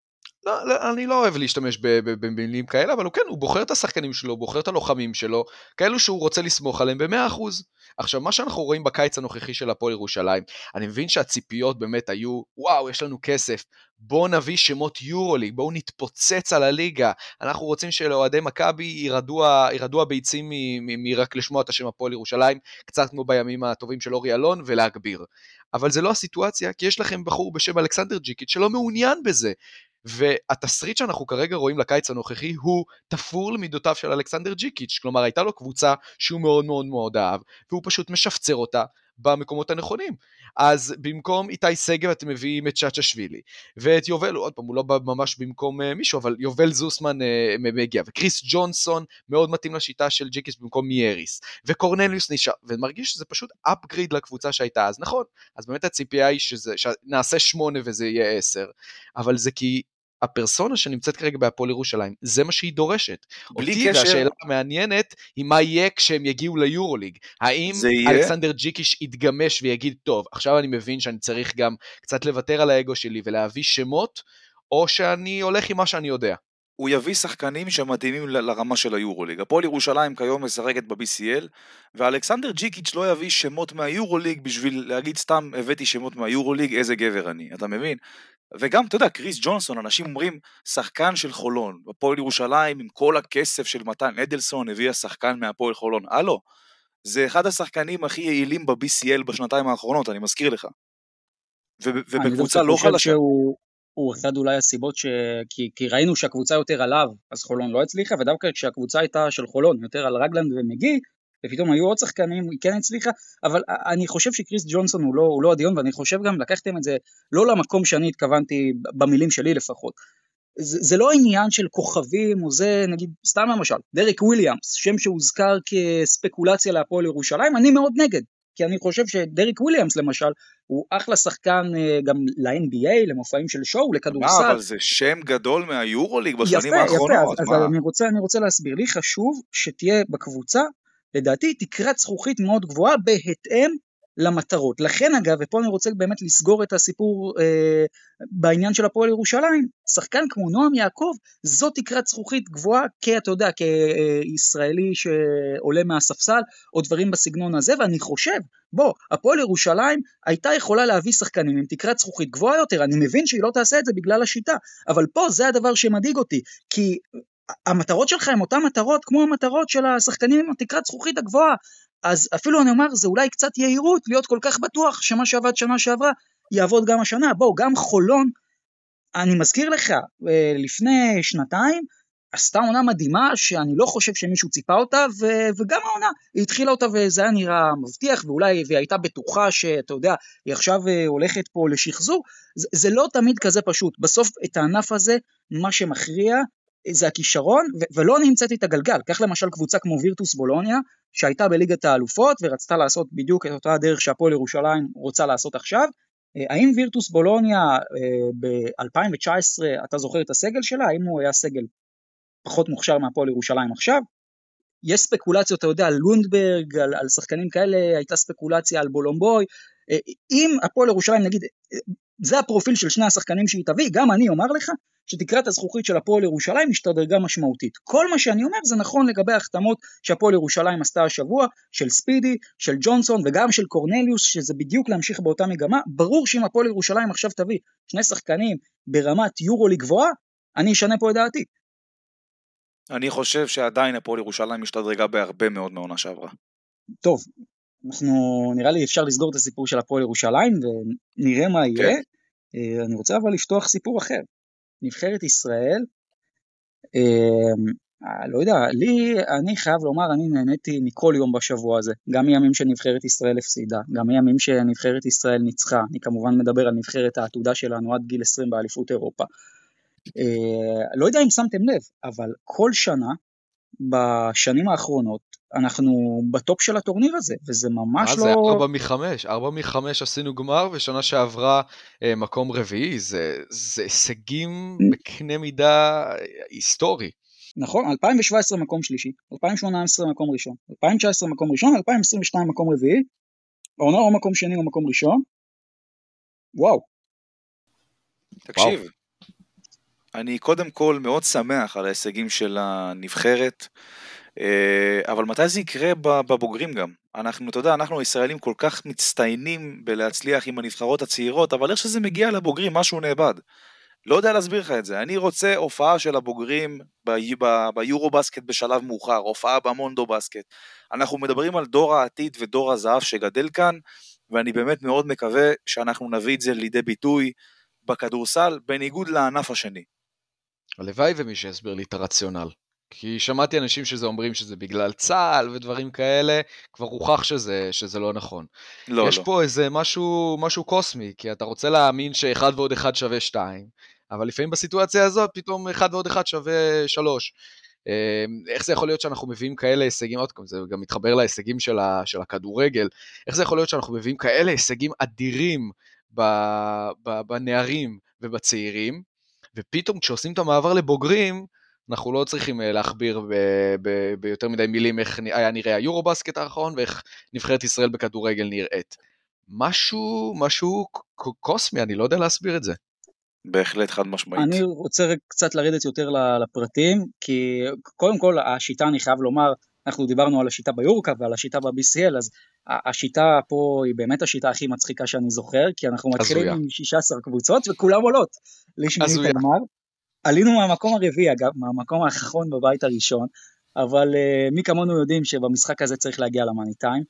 לא, לא, אני לא אוהב להשתמש במילים כאלה, אבל הוא כן, הוא בוחר את השחקנים שלו, הוא בוחר את הלוחמים שלו, כאלו שהוא רוצה לסמוך עליהם ב-מאה אחוז. עכשיו, מה שאנחנו רואים בקיץ הנוכחי של הפועל ירושלים, אני מבין שהציפיות באמת היו, וואו, יש לנו כסף, בואו נביא שמות יורוליג, בואו נתפוצץ על הליגה, אנחנו רוצים שלאוהדי מכבי ירדו, ירדו הביצים מרק לשמוע את השם הפועל ירושלים, קצת כמו בימים הטובים של אורי אלון, ולהגביר. אבל זה לא הסיטואציה, כי יש לכם בחור בשם אלכסנדר ג'יקיץ' שלא מעוניין בזה, והתסריט שאנחנו כרגע רואים לקיץ הנוכחי הוא תפור למידותיו של אלכסנדר ג'יקיץ', כלומר הייתה לו קבוצה שהוא מאוד מאוד מאוד אהב, והוא פשוט משפצר אותה במקומות הנכונים. אז במקום איתי סגב אתם מביאים את צ'אצ'שווילי, ואת יובל, עוד פעם הוא לא ממש במקום מישהו, אבל יובל זוסמן מגיע, וקריס ג'ונסון מאוד מתאים לשיטה של ג'יקיץ' במקום מייריס, וקורנליוס נשאר, ומרגיש שזה פשוט אפגריד לקבוצה שהייתה, אז נכון, אז באמת הציפייה היא שזה, שנעשה שמונה וזה יהיה עשר, אבל זה כי הפרסונה שנמצאת כרגע בהפועל ירושלים, זה מה שהיא דורשת. אותי קשר... והשאלה המעניינת היא מה יהיה כשהם יגיעו ליורוליג. האם אלכסנדר ג'יקיץ' יתגמש ויגיד, טוב, עכשיו אני מבין שאני צריך גם קצת לוותר על האגו שלי ולהביא שמות, או שאני הולך עם מה שאני יודע. הוא יביא שחקנים שמתאימים ל- לרמה של היורוליג. הפועל ירושלים כיום משחקת ב-בי סי אל, ואלכסנדר ג'יקיץ' לא יביא שמות מהיורוליג בשביל להגיד סתם הבאתי שמות מהיורוליג, איזה גבר אני, אתה מבין? וגם, אתה יודע, קריס ג'ונסון, אנשים אומרים, שחקן של חולון, בפועל ירושלים, עם כל הכסף של מתן אדלסון, הביא השחקן מהפועל חולון. הלו, זה אחד השחקנים הכי יעילים ב-בי סי אל בשנתיים האחרונות, אני מזכיר לך. ו- ובקבוצה לא חלשה. שהוא, הוא אחד אולי הסיבות, ש... כי, כי ראינו שהקבוצה יותר עליו, אז חולון לא הצליחה, ודווקא כשהקבוצה הייתה של חולון, יותר על רגלנד ומגי, ופתאום היו עוד שחקנים, היא כן הצליחה, אבל אני חושב שקריס ג'ונסון הוא לא, הוא לא הדיון, ואני חושב גם לקחתם את זה לא למקום שאני התכוונתי, במילים שלי לפחות. זה, זה לא עניין של כוכבים, או זה נגיד, סתם למשל, דריק וויליאמס, שם שהוזכר כספקולציה להפועל ירושלים, אני מאוד נגד, כי אני חושב שדריק וויליאמס למשל, הוא אחלה שחקן גם ל-אן בי איי, למופעים של שואו, לכדורסל. מה, אבל זה שם גדול מהיורוליג בשנים האחרונות. יפה, יפה, אז, אז אני רוצה, אני רוצה להסביר, לי חשוב שתהיה בקבוצה, לדעתי תקרת זכוכית מאוד גבוהה בהתאם למטרות. לכן אגב, ופה אני רוצה באמת לסגור את הסיפור אה, בעניין של הפועל ירושלים, שחקן כמו נועם יעקב, זו תקרת זכוכית גבוהה, כי אתה יודע, כישראלי שעולה מהספסל, או דברים בסגנון הזה, ואני חושב, בוא, הפועל ירושלים הייתה יכולה להביא שחקנים עם תקרת זכוכית גבוהה יותר, אני מבין שהיא לא תעשה את זה בגלל השיטה, אבל פה זה הדבר שמדאיג אותי, כי המטרות שלך הן אותן מטרות, כמו המטרות של השחקנים עם התקרת זכוכית הגבוהה, אז אפילו אני אומר, זה אולי קצת יהירות, להיות כל כך בטוח, שמה שעבד שנה שעברה, יעבוד גם השנה. בואו, גם חולון, אני מזכיר לך, לפני שנתיים, עשתה עונה מדהימה, שאני לא חושב שמישהו ציפה אותה, ו- וגם העונה, היא התחילה אותה, וזה היה נראה מבטיח, ואולי היא הייתה בטוחה, שאתה יודע, היא עכשיו הולכת פה לשחזור, זה, זה לא תמיד כזה פשוט, בסוף את הענף הזה, מה שמכריע, זה הכישרון, ו- ולא נמצאתי את הגלגל, כך למשל קבוצה כמו וירטוס בולוניה, שהייתה בליגת האלופות, ורצתה לעשות בדיוק את אותה הדרך שהפועל ירושלים רוצה לעשות עכשיו. האם וירטוס בולוניה ב-אלפיים תשע עשרה, אתה זוכר את הסגל שלה? האם הוא היה סגל פחות מוכשר מהפועל ירושלים עכשיו? יש ספקולציות, אתה יודע, על לונדברג, על, על שחקנים כאלה, הייתה ספקולציה על בולומבוי. אם הפועל ירושלים, נגיד, זה הפרופיל של שני השחקנים שהיא תביא, גם אני אומר לך, שתקרת הזכוכית של הפועל ירושלים השתדרגה משמעותית. כל מה שאני אומר זה נכון לגבי ההחתמות שהפועל ירושלים עשתה השבוע, של ספידי, של ג'ונסון וגם של קורנליוס, שזה בדיוק להמשיך באותה מגמה. ברור שאם הפועל ירושלים עכשיו תביא שני שחקנים ברמת יורולי גבוהה, אני אשנה פה את דעתי. אני חושב שעדיין הפועל ירושלים השתדרגה בהרבה מאוד מעונה שעברה. טוב, אנחנו נראה לי אפשר לסגור את הסיפור של הפועל ירושלים ונראה מה יהיה. כן. אני רוצה אבל לפתוח סיפור אחר. נבחרת ישראל, אה, לא יודע, לי, אני חייב לומר, אני נהניתי מכל יום בשבוע הזה, גם מימים שנבחרת ישראל הפסידה, גם מימים שנבחרת ישראל ניצחה, אני כמובן מדבר על נבחרת העתודה שלנו עד גיל עשרים באליפות אירופה. אה, לא יודע אם שמתם לב, אבל כל שנה, בשנים האחרונות, אנחנו בטופ של הטורניר הזה, וזה ממש לא... מה זה, ארבע מחמש, ארבע מחמש עשינו גמר, ושנה שעברה אה, מקום רביעי, זה, זה הישגים בקנה מידה היסטורי. נכון, אלפיים שבע עשרה מקום שלישי, אלפיים שמונה עשרה מקום ראשון, אלפיים תשע עשרה מקום ראשון, אלפיים עשרים ושתיים מקום רביעי, העונה או מקום שני או מקום ראשון, וואו. תקשיב. וואו. אני קודם כל מאוד שמח על ההישגים של הנבחרת, אבל מתי זה יקרה בבוגרים גם? אנחנו, אתה יודע, אנחנו הישראלים כל כך מצטיינים בלהצליח עם הנבחרות הצעירות, אבל איך שזה מגיע לבוגרים, משהו נאבד. לא יודע להסביר לך את זה. אני רוצה הופעה של הבוגרים ביורו בסקט בשלב מאוחר, הופעה במונדו בסקט. אנחנו מדברים על דור העתיד ודור הזהב שגדל כאן, ואני באמת מאוד מקווה שאנחנו נביא את זה לידי ביטוי בכדורסל, בניגוד לענף השני. הלוואי ומי שיסביר לי את הרציונל. כי שמעתי אנשים שזה אומרים שזה בגלל צהל ודברים כאלה, כבר הוכח שזה, שזה לא נכון. לא, יש לא. פה איזה משהו, משהו קוסמי, כי אתה רוצה להאמין שאחד ועוד אחד שווה שתיים, אבל לפעמים בסיטואציה הזאת פתאום אחד ועוד אחד שווה שלוש. איך זה יכול להיות שאנחנו מביאים כאלה הישגים, עוד פעם, זה גם מתחבר להישגים של, ה, של הכדורגל, איך זה יכול להיות שאנחנו מביאים כאלה הישגים אדירים ב, ב, בנערים ובצעירים, ופתאום כשעושים את המעבר לבוגרים, אנחנו לא צריכים להכביר ב, ב, ביותר מדי מילים איך היה נראה היורו-בסקט האחרון, ואיך נבחרת ישראל בכדורגל נראית. משהו, משהו קוסמי, אני לא יודע להסביר את זה. בהחלט חד משמעית. אני רוצה קצת לרדת יותר לפרטים, כי קודם כל השיטה, אני חייב לומר, אנחנו דיברנו על השיטה ביורקאפ ועל השיטה ב-בי סי אל, אז השיטה פה היא באמת השיטה הכי מצחיקה שאני זוכר, כי אנחנו מתחילים עם שישה עשר קבוצות וכולם עולות לשמינית הגמר. עלינו מהמקום הרביעי, אגב, מהמקום האחרון בבית הראשון, אבל uh, מי כמונו יודעים שבמשחק הזה צריך להגיע למאני טיים,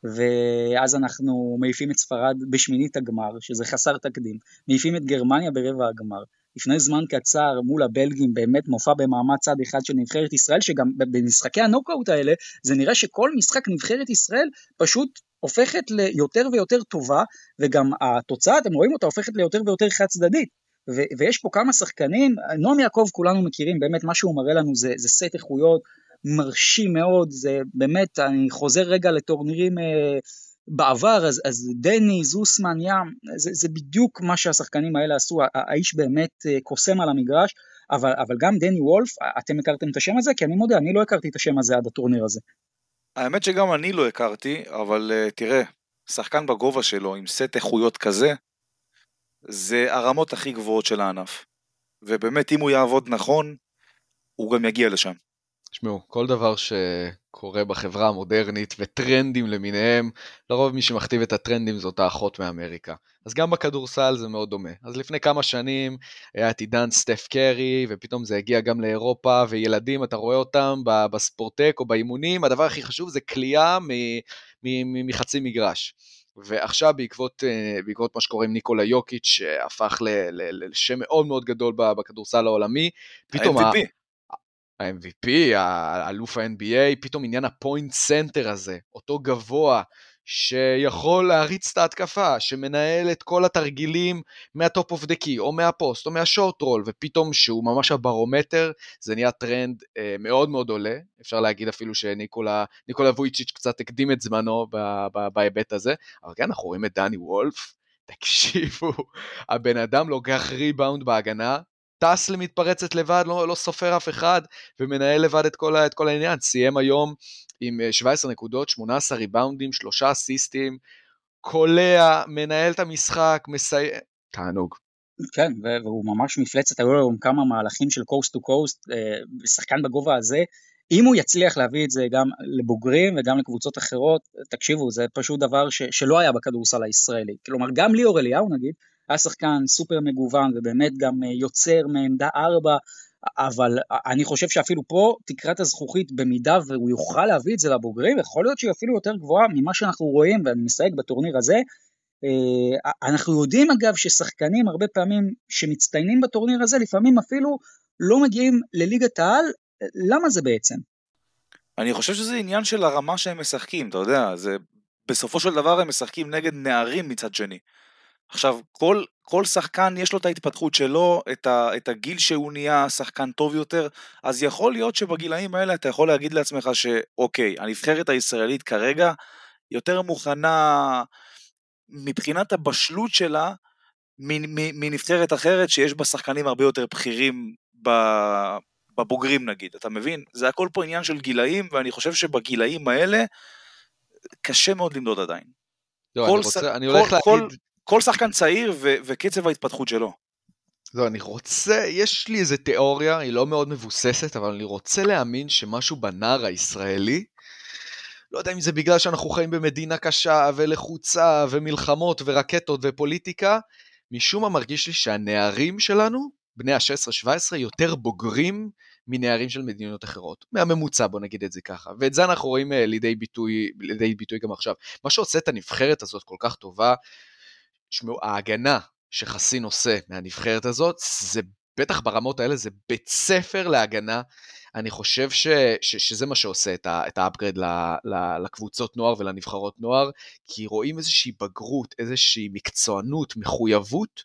ואז אנחנו מעיפים את ספרד בשמינית הגמר, שזה חסר תקדים, מעיפים את גרמניה ברבע הגמר, לפני זמן קצר מול הבלגים, באמת מופע במעמד צד אחד של נבחרת ישראל, שגם במשחקי הנוקאוט האלה, זה נראה שכל משחק נבחרת ישראל פשוט הופכת ליותר ויותר טובה, וגם התוצאה, אתם רואים אותה, הופכת ליותר ויותר חד צדדית, ו- ויש פה כמה שחקנים, נועם יעקב כולנו מכירים, באמת מה שהוא מראה לנו זה, זה סט איכויות מרשים מאוד, זה באמת, אני חוזר רגע לטורנירים אה, בעבר, אז, אז דני, זוסמן, ים, זה, זה בדיוק מה שהשחקנים האלה עשו, האיש באמת אה, קוסם על המגרש, אבל, אבל גם דני וולף, אתם הכרתם את השם הזה? כי אני מודה, אני לא הכרתי את השם הזה עד הטורניר הזה. האמת שגם אני לא הכרתי, אבל uh, תראה, שחקן בגובה שלו עם סט איכויות כזה, זה הרמות הכי גבוהות של הענף. ובאמת, אם הוא יעבוד נכון, הוא גם יגיע לשם. תשמעו, כל דבר שקורה בחברה המודרנית וטרנדים למיניהם, לרוב מי שמכתיב את הטרנדים זאת האחות מאמריקה. אז גם בכדורסל זה מאוד דומה. אז לפני כמה שנים היה את עידן סטף קרי, ופתאום זה הגיע גם לאירופה, וילדים, אתה רואה אותם בספורטק או באימונים, הדבר הכי חשוב זה קליעה מחצי מגרש. ועכשיו בעקבות, בעקבות מה שקורה עם ניקולה יוקיץ' שהפך לשם מאוד מאוד גדול בכדורסל העולמי, פתאום ה-אם וי פי. ה-אם וי פי, האלוף ה-אן בי איי, פתאום עניין הפוינט סנטר הזה, אותו גבוה שיכול להריץ את ההתקפה, שמנהל את כל התרגילים מהטופ אוף דה קי, או מהפוסט, או מהשורט רול, ופתאום שהוא ממש הברומטר, זה נהיה טרנד אה, מאוד מאוד עולה, אפשר להגיד אפילו שניקולה ניקולה וויצ'יץ' קצת הקדים את זמנו בהיבט הזה, אבל כן, אנחנו רואים את דני וולף, תקשיבו, הבן אדם לוקח ריבאונד בהגנה, טס למתפרצת לבד, לא, לא סופר אף אחד, ומנהל לבד את כל, את כל העניין, סיים היום עם שבע עשרה נקודות, שמונה עשרה ריבאונדים, שלושה אסיסטים, קולע, מנהל את המשחק, מסייע, תענוג. כן, והוא ממש מפלצת, היו לו כמה מהלכים של קוסט טו קוסט, שחקן בגובה הזה, אם הוא יצליח להביא את זה גם לבוגרים וגם לקבוצות אחרות, תקשיבו, זה פשוט דבר ש, שלא היה בכדורסל הישראלי, כלומר גם ליאור אליהו נגיד, היה שחקן סופר מגוון ובאמת גם יוצר מעמדה ארבע, אבל אני חושב שאפילו פה תקרת הזכוכית במידה והוא יוכל להביא את זה לבוגרים, יכול להיות שהיא אפילו יותר גבוהה ממה שאנחנו רואים, ואני מסייג בטורניר הזה, אנחנו יודעים אגב ששחקנים הרבה פעמים שמצטיינים בטורניר הזה, לפעמים אפילו לא מגיעים לליגת העל, למה זה בעצם? אני חושב שזה עניין של הרמה שהם משחקים, אתה יודע, זה בסופו של דבר הם משחקים נגד נערים מצד שני. עכשיו, כל, כל שחקן יש לו את ההתפתחות שלו, את, ה, את הגיל שהוא נהיה שחקן טוב יותר, אז יכול להיות שבגילאים האלה אתה יכול להגיד לעצמך שאוקיי, הנבחרת הישראלית כרגע יותר מוכנה מבחינת הבשלות שלה, מנבחרת אחרת שיש בה שחקנים הרבה יותר בכירים בבוגרים נגיד, אתה מבין? זה הכל פה עניין של גילאים, ואני חושב שבגילאים האלה קשה מאוד למדוד עדיין. לא, אני, רוצה, ש... אני הולך כל, להגיד... כל, כל שחקן צעיר ו- וקצב ההתפתחות שלו. לא, אני רוצה, יש לי איזה תיאוריה, היא לא מאוד מבוססת, אבל אני רוצה להאמין שמשהו בנער הישראלי, לא יודע אם זה בגלל שאנחנו חיים במדינה קשה ולחוצה ומלחמות ורקטות ופוליטיקה, משום מה מרגיש לי שהנערים שלנו, בני ה-שש עשרה שבע עשרה, יותר בוגרים מנערים של מדינות אחרות. מהממוצע, בוא נגיד את זה ככה. ואת זה אנחנו רואים לידי ביטוי, לידי ביטוי גם עכשיו. מה שעושה את הנבחרת הזאת כל כך טובה, שמעו, ההגנה שחסין עושה מהנבחרת הזאת, זה בטח ברמות האלה, זה בית ספר להגנה. אני חושב ש, ש, שזה מה שעושה את, ה, את האפגרד ל, ל, לקבוצות נוער ולנבחרות נוער, כי רואים איזושהי בגרות, איזושהי מקצוענות, מחויבות,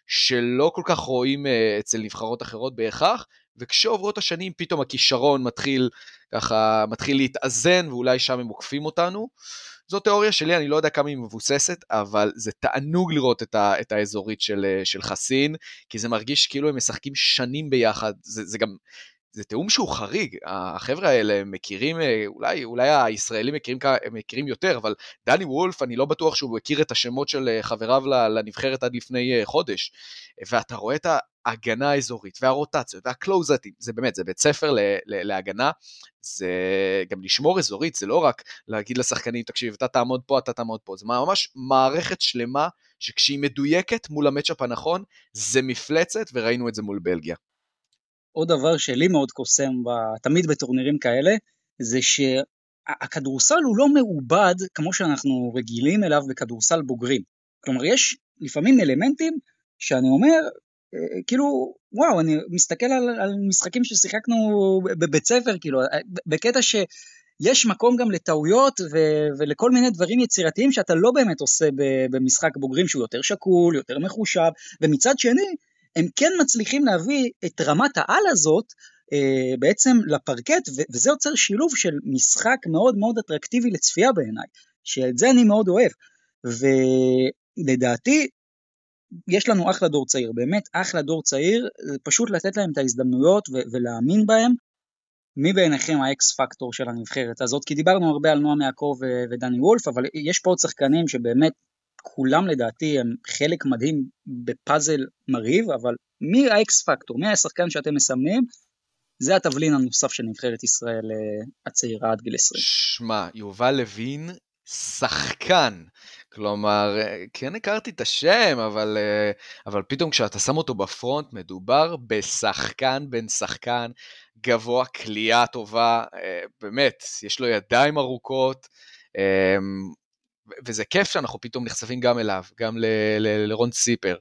שלא כל כך רואים אצל נבחרות אחרות בהכרח, וכשעוברות השנים פתאום הכישרון מתחיל, ככה, מתחיל להתאזן, ואולי שם הם מוקפים אותנו. זו תיאוריה שלי, אני לא יודע כמה היא מבוססת, אבל זה תענוג לראות את, ה, את האזורית של, של חסין, כי זה מרגיש כאילו הם משחקים שנים ביחד, זה, זה גם, זה תאום שהוא חריג, החבר'ה האלה מכירים, אולי, אולי הישראלים מכירים, מכירים יותר, אבל דני וולף, אני לא בטוח שהוא מכיר את השמות של חבריו לנבחרת עד לפני חודש, ואתה רואה את ההגנה האזורית, והרוטציות, והקלוזטים, זה באמת, זה בית ספר להגנה, זה גם לשמור אזורית, זה לא רק להגיד לשחקנים, תקשיב, אתה תעמוד פה, אתה תעמוד פה, זה ממש מערכת שלמה, שכשהיא מדויקת מול המצ'אפ הנכון, זה מפלצת, וראינו את זה מול בלגיה. עוד דבר שלי מאוד קוסם, תמיד בטורנירים כאלה, זה שהכדורסל הוא לא מעובד, כמו שאנחנו רגילים אליו בכדורסל בוגרים. כלומר, יש לפעמים אלמנטים, שאני אומר, כאילו, וואו, אני מסתכל על, על משחקים ששיחקנו בבית ספר, כאילו, בקטע שיש מקום גם לטעויות, ו, ולכל מיני דברים יצירתיים, שאתה לא באמת עושה במשחק בוגרים, שהוא יותר שקול, יותר מחושב, ומצד שני, הם כן מצליחים להביא את רמת העל הזאת, אה, בעצם לפרקט, ו- וזה יוצר שילוב של משחק מאוד מאוד אטרקטיבי לצפייה בעיניי, שאת זה אני מאוד אוהב, ולדעתי, יש לנו אחלה דור צעיר, באמת אחלה דור צעיר, פשוט לתת להם את ההזדמנויות ו- ולהאמין בהם. מי בעיניכם האקס פקטור של הנבחרת הזאת? כי דיברנו הרבה על נועם יעקב ו- ודני וולף, אבל יש פה עוד שחקנים שבאמת כולם לדעתי הם חלק מדהים בפאזל מרהיב, אבל מי האקס פקטור? מי השחקן שאתם מסמנים? זה התבלין הנוסף של נבחרת ישראל הצעירה עד גיל עשרים. שמע, יובל לוין שחקן, כלומר, כן הכרתי את השם, אבל, אבל פתאום כשאתה שם אותו בפרונט, מדובר בשחקן בן שחקן, גבוה, קליעה טובה, באמת, יש לו ידיים ארוכות, וזה כיף שאנחנו פתאום נחשפים גם אליו, גם ל- ל- לרון ציפר.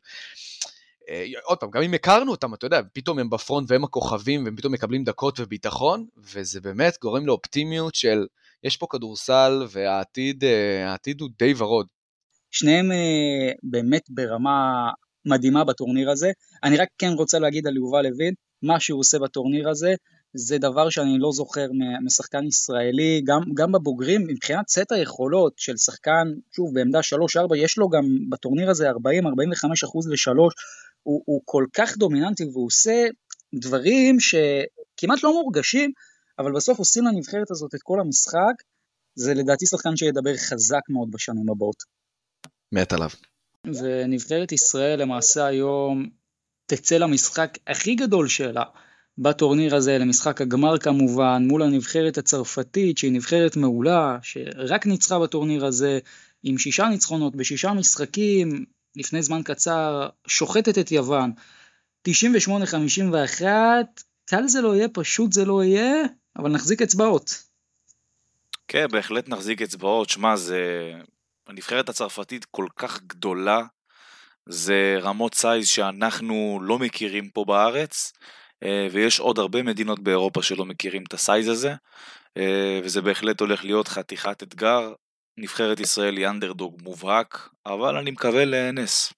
עוד פעם, גם אם הכרנו אותם, אתה יודע, פתאום הם בפרונט והם הכוכבים, והם פתאום מקבלים דקות וביטחון, וזה באמת גורם לאופטימיות של, יש פה כדורסל, והעתיד העתיד הוא די ורוד. שניהם באמת ברמה מדהימה בטורניר הזה. אני רק כן רוצה להגיד על יובל לוין, מה שהוא עושה בטורניר הזה, זה דבר שאני לא זוכר משחקן ישראלי, גם, גם בבוגרים, מבחינת סט היכולות של שחקן, שוב, בעמדה שלוש ארבע, יש לו גם בטורניר הזה ארבעים עד ארבעים וחמישה אחוז לשלוש, הוא, הוא כל כך דומיננטי, והוא עושה דברים שכמעט לא מורגשים, אבל בסוף עושים לנבחרת הזאת את כל המשחק, זה לדעתי שחקן שידבר חזק מאוד בשנים הבאות. מת עליו. ונבחרת ישראל למעשה היום תצא למשחק הכי גדול שלה, בטורניר הזה, למשחק הגמר כמובן, מול הנבחרת הצרפתית, שהיא נבחרת מעולה, שרק ניצחה בטורניר הזה, עם שישה ניצחונות, בשישה משחקים, לפני זמן קצר, שוחטת את יוון, תשעים ושמונה חמישים ואחת, קל זה לא יהיה, פשוט זה לא יהיה, אבל נחזיק אצבעות. כן, בהחלט נחזיק אצבעות, שמה, זה... הנבחרת הצרפתית כל כך גדולה, זה רמות סייז שאנחנו לא מכירים פה בארץ, ויש עוד הרבה מדינות באירופה שלא מכירים את הסייז הזה, וזה בהחלט הולך להיות חתיכת אתגר. נבחרת ישראל היא אנדרדוג מובהק, אבל אני מקווה לנס.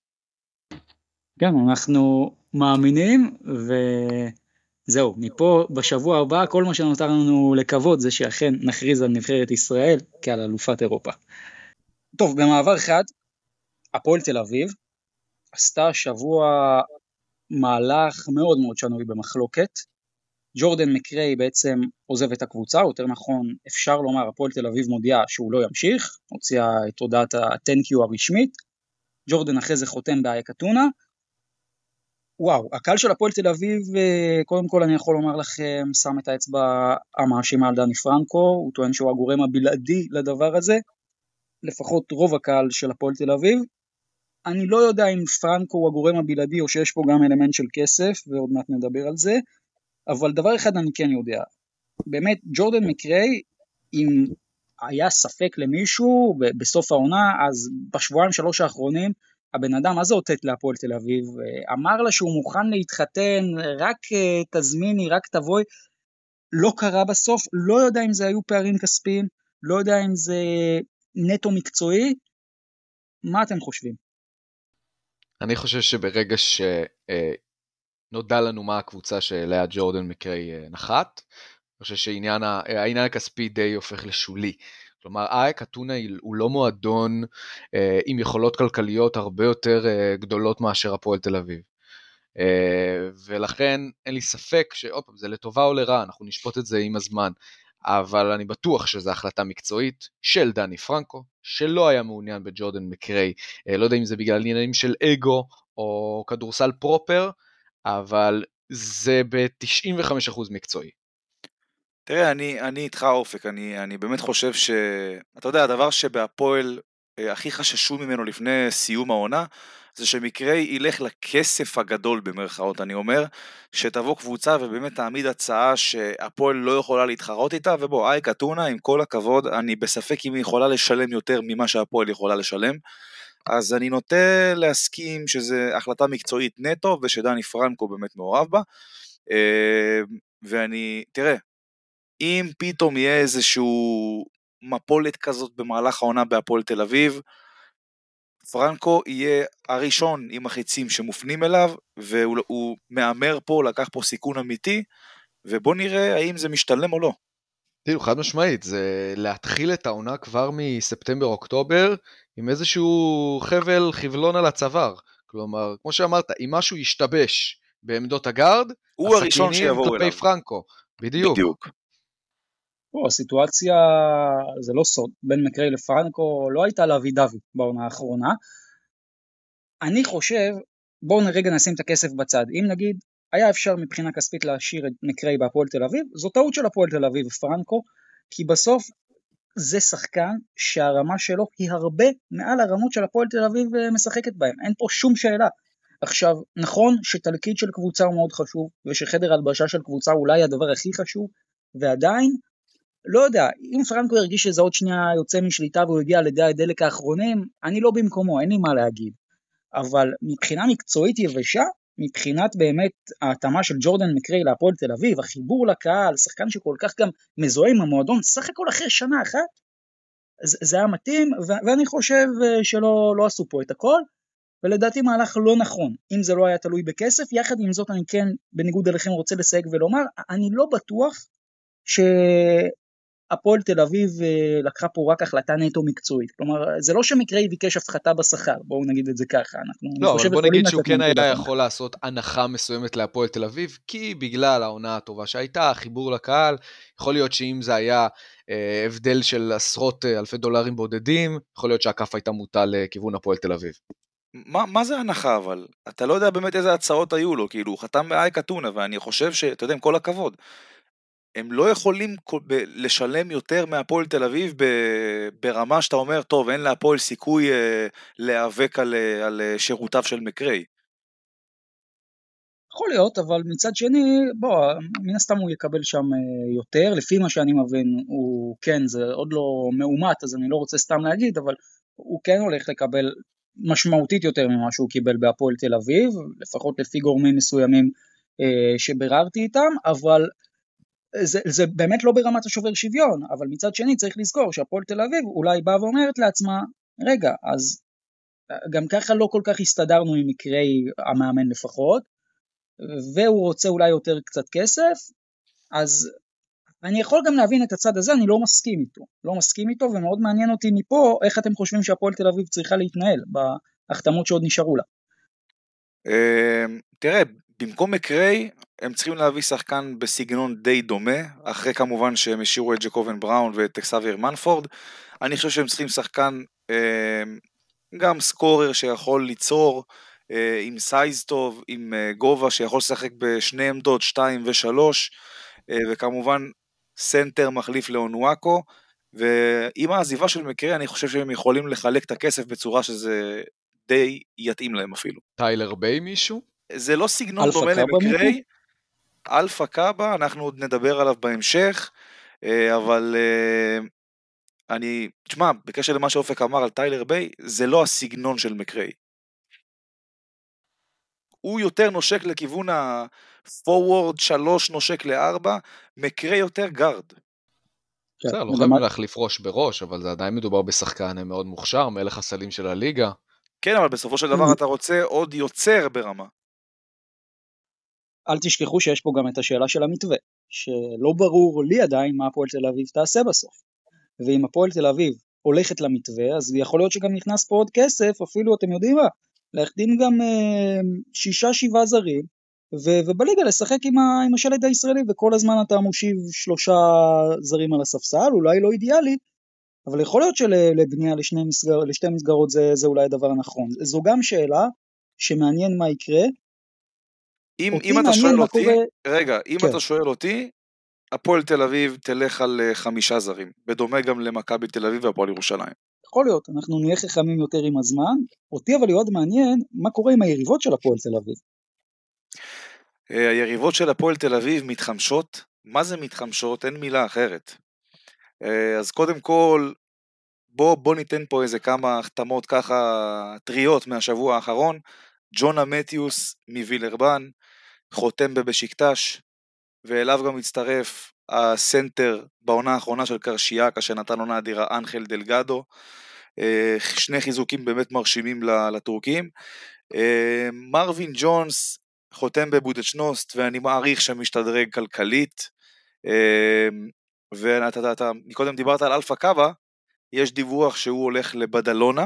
כן, אנחנו מאמינים, וזהו, מפה בשבוע הבא, כל מה שנותר לנו לקוות זה שאכן נכריז על נבחרת ישראל כעל אלופת אירופה. טוב, במעבר אחד, הפועל תל אביב עשתה שבוע מהלך מאוד מאוד שנוי במחלוקת. ג'ורדן מקריי בעצם עוזב את הקבוצה, יותר נכון אפשר לומר, הפועל תל אביב מודיעה שהוא לא ימשיך, הוציאה את הודעת ה-Thank you הרשמית. ג'ורדן אחרי זה חותם באייק אתונה, וואו, הקהל של הפועל תל אביב, קודם כל אני יכול לומר לכם, שם את האצבע המאשימה על דני פרנקו, הוא טוען שהוא הגורם הבלעדי לדבר הזה, לפחות רוב הקהל של הפועל תל אביב. אני לא יודע אם פרנקו הוא הגורם הבלעדי או שיש פה גם אלמנט של כסף, ועוד מעט נדבר על זה, אבל דבר אחד אני כן יודע, באמת ג'ורדן מקריי, אם היה ספק למישהו בסוף העונה, אז בשבועיים שלוש האחרונים, הבן אדם הזה אותת להפועל תל אביב, אמר לה שהוא מוכן להתחתן, רק תזמיני, רק תבואי, לא קרה בסוף, לא יודע אם זה היו פערים כספיים, לא יודע אם זה נטו מקצועי, מה אתם חושבים? אני חושב שברגע שנודע לנו מה הקבוצה שאליה ג'ורדן מקריי נחת, אני חושב שהעניין העניין הכספי די הופך לשולי. כלומר, אייק אתונה הוא לא מועדון אה, עם יכולות כלכליות הרבה יותר אה, גדולות מאשר הפועל תל אביב. אה, ולכן אין לי ספק שעוד פעם, זה לטובה או לרע, אנחנו נשפוט את זה עם הזמן. אבל אני בטוח שזו החלטה מקצועית של דני פרנקו, שלא היה מעוניין בג'ורדן מקריי, אה, לא יודע אם זה בגלל עניינים של אגו או כדורסל פרופר, אבל זה ב-תשעים וחמישה אחוז מקצועי. תראה, אני, אני איתך אופק, אני, אני באמת חושב ש... אתה יודע, הדבר שבהפועל אה, הכי חששו ממנו לפני סיום העונה, זה שמקרי ילך לכסף הגדול במרכאות, אני אומר, שתבוא קבוצה ובאמת תעמיד הצעה שהפועל לא יכולה להתחרות איתה, ובוא, אייק אתונה, עם כל הכבוד, אני בספק אם היא יכולה לשלם יותר ממה שהפועל יכולה לשלם, אז אני נוטה להסכים שזה החלטה מקצועית נטו, ושדני פרנקו באמת מעורב בה, אה, ואני, תראה, אם פתאום יהיה איזשהו מפולת כזאת במהלך העונה בהפועל תל אביב, פרנקו יהיה הראשון עם החיצים שמופנים אליו, והוא מאמר פה, לקח פה סיכון אמיתי, ובוא נראה האם זה משתלם או לא. תראו, חד משמעית, זה להתחיל את העונה כבר מספטמבר-אוקטובר, עם איזשהו חבל חבלון על הצוואר. כלומר, כמו שאמרת, אם משהו ישתבש בעמדות הגארד, הוא הראשון שיבואו אליו. פרנקו, בדיוק. בדיוק. פה, הסיטואציה, זה לא סוד, בין מקריי לפרנקו לא הייתה להביא דוד בעונה האחרונה. אני חושב, בואו נרגע נשים את הכסף בצד. אם נגיד, היה אפשר מבחינה כספית להשאיר את מקריי בהפועל תל אביב, זו טעות של הפועל תל אביב ופרנקו, כי בסוף זה שחקן שהרמה שלו היא הרבה מעל הרמות של הפועל תל אביב משחקת בהם. אין פה שום שאלה. עכשיו, נכון שתלקיד של קבוצה הוא מאוד חשוב, ושחדר הלבשה של קבוצה אולי הדבר הכי חשוב, ועדיין, לא יודע, אם פרנקו הרגיש שזה עוד שנייה יוצא משליטה והוא הגיע לידי הדלק האחרונים, אני לא במקומו, אין לי מה להגיד. אבל מבחינה מקצועית יבשה, מבחינת באמת ההתאמה של ג'ורדן מקריי להפועל תל אביב, החיבור לקהל, שחקן שכל כך גם מזוהה עם המועדון, סך הכל אחרי שנה אחת, זה, זה היה מתאים, ו- ואני חושב שלא לא עשו פה את הכל, ולדעתי מהלך לא נכון, אם זה לא היה תלוי בכסף. יחד עם זאת אני כן, בניגוד אליכם, רוצה לסייג ולומר, אני לא בטוח שהפועל תל אביב לקחה פה רק החלטה נטו מקצועית, כלומר זה לא שמקריי ביקש הפחתה בשכר, בואו נגיד את זה ככה. אנחנו, לא, אבל בוא נגיד שהוא כן היה יכול לעשות הנחה מסוימת להפועל תל אביב, כי בגלל העונה הטובה שהייתה, החיבור לקהל, יכול להיות שאם זה היה אה, הבדל של עשרות אלפי דולרים בודדים, יכול להיות שהכף הייתה מוטה לכיוון הפועל תל אביב. מה, מה זה הנחה אבל? אתה לא יודע באמת איזה הצעות היו לו, כאילו הוא חתם באייק אתונה, ואני חושב שאתה יודע, עם כל הכבוד, הם לא יכולים לשלם יותר מהפועל תל אביב ברמה שאתה אומר, טוב, אין להפועל סיכוי אה, להיאבק על, על שירותיו של מקריי. יכול להיות, אבל מצד שני, בוא, מן הסתם הוא יקבל שם יותר, לפי מה שאני מבין, הוא כן, זה עוד לא מאומת, אז אני לא רוצה סתם להגיד, אבל הוא כן הולך לקבל משמעותית יותר ממה שהוא קיבל בהפועל תל אביב, לפחות לפי גורמים מסוימים אה, שבררתי איתם, אבל זה, זה באמת לא ברמת השובר שוויון, אבל מצד שני צריך לזכור שהפועל תל אביב אולי באה ואומרת לעצמה, רגע, אז גם ככה לא כל כך הסתדרנו עם מקרי המאמן לפחות, והוא רוצה אולי יותר קצת כסף, אז אני יכול גם להבין את הצד הזה, אני לא מסכים איתו, לא מסכים איתו, ומאוד מעניין אותי מפה, איך אתם חושבים שהפועל תל אביב צריכה להתנהל, בהחתמות שעוד נשארו לה. תראה, במקום מקריי, הם צריכים להביא שחקן בסגנון די דומה, אחרי כמובן שהם השאירו את ג'קובן בראון ואת אקסאביר מנפורד, אני חושב שהם צריכים שחקן גם סקורר שיכול ליצור, עם סייז טוב, עם גובה שיכול לשחק בשני עמדות, שתיים ושלוש, וכמובן סנטר מחליף לאונואקו, ועם העזיבה של מקרי אני חושב שהם יכולים לחלק את הכסף בצורה שזה די יתאים להם אפילו. טיילר ביי מישהו? זה לא סגנון דומה למקרי, אלפא קאבה, אנחנו עוד נדבר עליו בהמשך, אבל אני, תשמע, בקשר למה שאופק אמר על טיילר ביי, זה לא הסגנון של מקרי. הוא יותר נושק לכיוון ה-forward, שלוש נושק לארבע, מקרי יותר גארד. בסדר, לא חייבים להחליף ראש בראש, אבל זה עדיין מדובר בשחקן מאוד מוכשר, מלך הסלים של הליגה. כן, אבל בסופו של דבר אתה רוצה עוד יוצר ברמה. אל תשכחו שיש פה גם את השאלה של המתווה, שלא ברור לי עדיין מה הפועל תל אביב תעשה בסוף. ואם הפועל תל אביב הולכת למתווה, אז יכול להיות שגם נכנס פה עוד כסף, אפילו אתם יודעים מה, להחתים גם אה, שישה שבעה זרים, ו- ובליגה לשחק עם, ה- עם השלד הישראלי, וכל הזמן אתה מושיב שלושה זרים על הספסל, אולי לא אידיאלי, אבל יכול להיות שלבנייה לשני מסגר, לשתי מסגרות זה, זה אולי הדבר הנכון. זו גם שאלה שמעניין מה יקרה. אם, אם אתה שואל אותי, קורה... רגע, אם כן. אתה שואל אותי, הפועל תל אביב תלך על חמישה זרים, בדומה גם למכבי תל אביב והפועל ירושלים. יכול להיות, אנחנו נהיה חכמים יותר עם הזמן, אותי אבל מאוד מעניין מה קורה עם היריבות של הפועל תל אביב. היריבות של הפועל תל אביב מתחמשות, מה זה מתחמשות? אין מילה אחרת. אז קודם כל, בוא, בוא ניתן פה איזה כמה החתמות ככה טריות מהשבוע האחרון, ג'ונה מתיוס מווילרבן, חותם בבשיקטש, ואליו גם מצטרף הסנטר בעונה האחרונה של קרשיאקה, שנתן עונה אדירה, אנחל דלגדו, שני חיזוקים באמת מרשימים לטורקים, מרווין ג'ונס חותם בבודדשנוסט, ואני מעריך שמשתדרג כלכלית, ואתה אתה, מקודם דיברת על אלפא קאבה, יש דיווח שהוא הולך לבדלונה,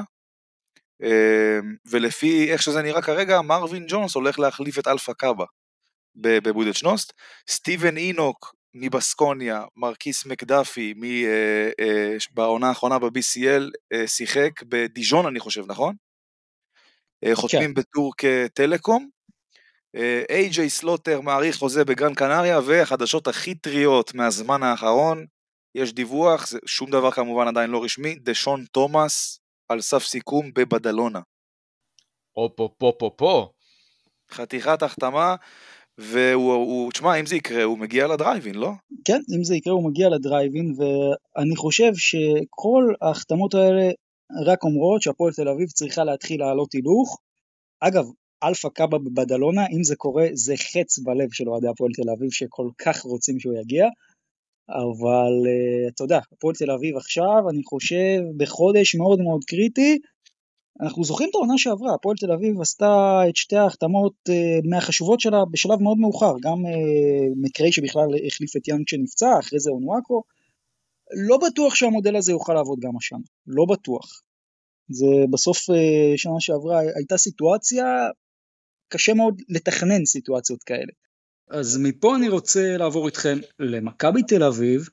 ולפי איך שזה נראה כרגע, מרווין ג'ונס הולך להחליף את אלפא קאבה בבודדשנוסט, סטיבן אינוק מבסקוניה, מרקיס מקדפי בעונה האחרונה ב-בי סי אל, שיחק בדיז'ון אני חושב, נכון? חותמים בטורק טלקום, איי ג'יי סלוטר מעריך חוזה בגרן קנריה, והחדשות הכי טריות מהזמן האחרון, יש דיווח, שום דבר כמובן עדיין לא רשמי, דשון תומאס על סף סיכום בבדלונה. או פה פה פה פה. חתיכת החתמה, והוא, תשמע, אם זה יקרה, הוא מגיע לדרייבין, לא? כן, אם זה יקרה, הוא מגיע לדרייבין, ואני חושב שכל ההחתמות האלה רק אומרות שהפועל תל אביב צריכה להתחיל לעלות הילוך. אגב, אלפא קאבה בבדלונה, אם זה קורה, זה חץ בלב של אוהדי הפועל תל אביב, שכל כך רוצים שהוא יגיע, אבל אתה יודע, הפועל תל אביב עכשיו, אני חושב, בחודש מאוד מאוד קריטי, אנחנו זוכרים את העונה שעברה, הפועל תל אביב עשתה את שתי ההחתמות מהחשובות שלה בשלב מאוד מאוחר, גם מקרי שבכלל החליף את יאנג שנפצע, אחרי זה אונואקו, לא בטוח שהמודל הזה יוכל לעבוד גם השנה, לא בטוח. זה בסוף שנה שעברה הייתה סיטואציה, קשה מאוד לתכנן סיטואציות כאלה. אז מפה אני רוצה לעבור איתכם למכבי תל אביב,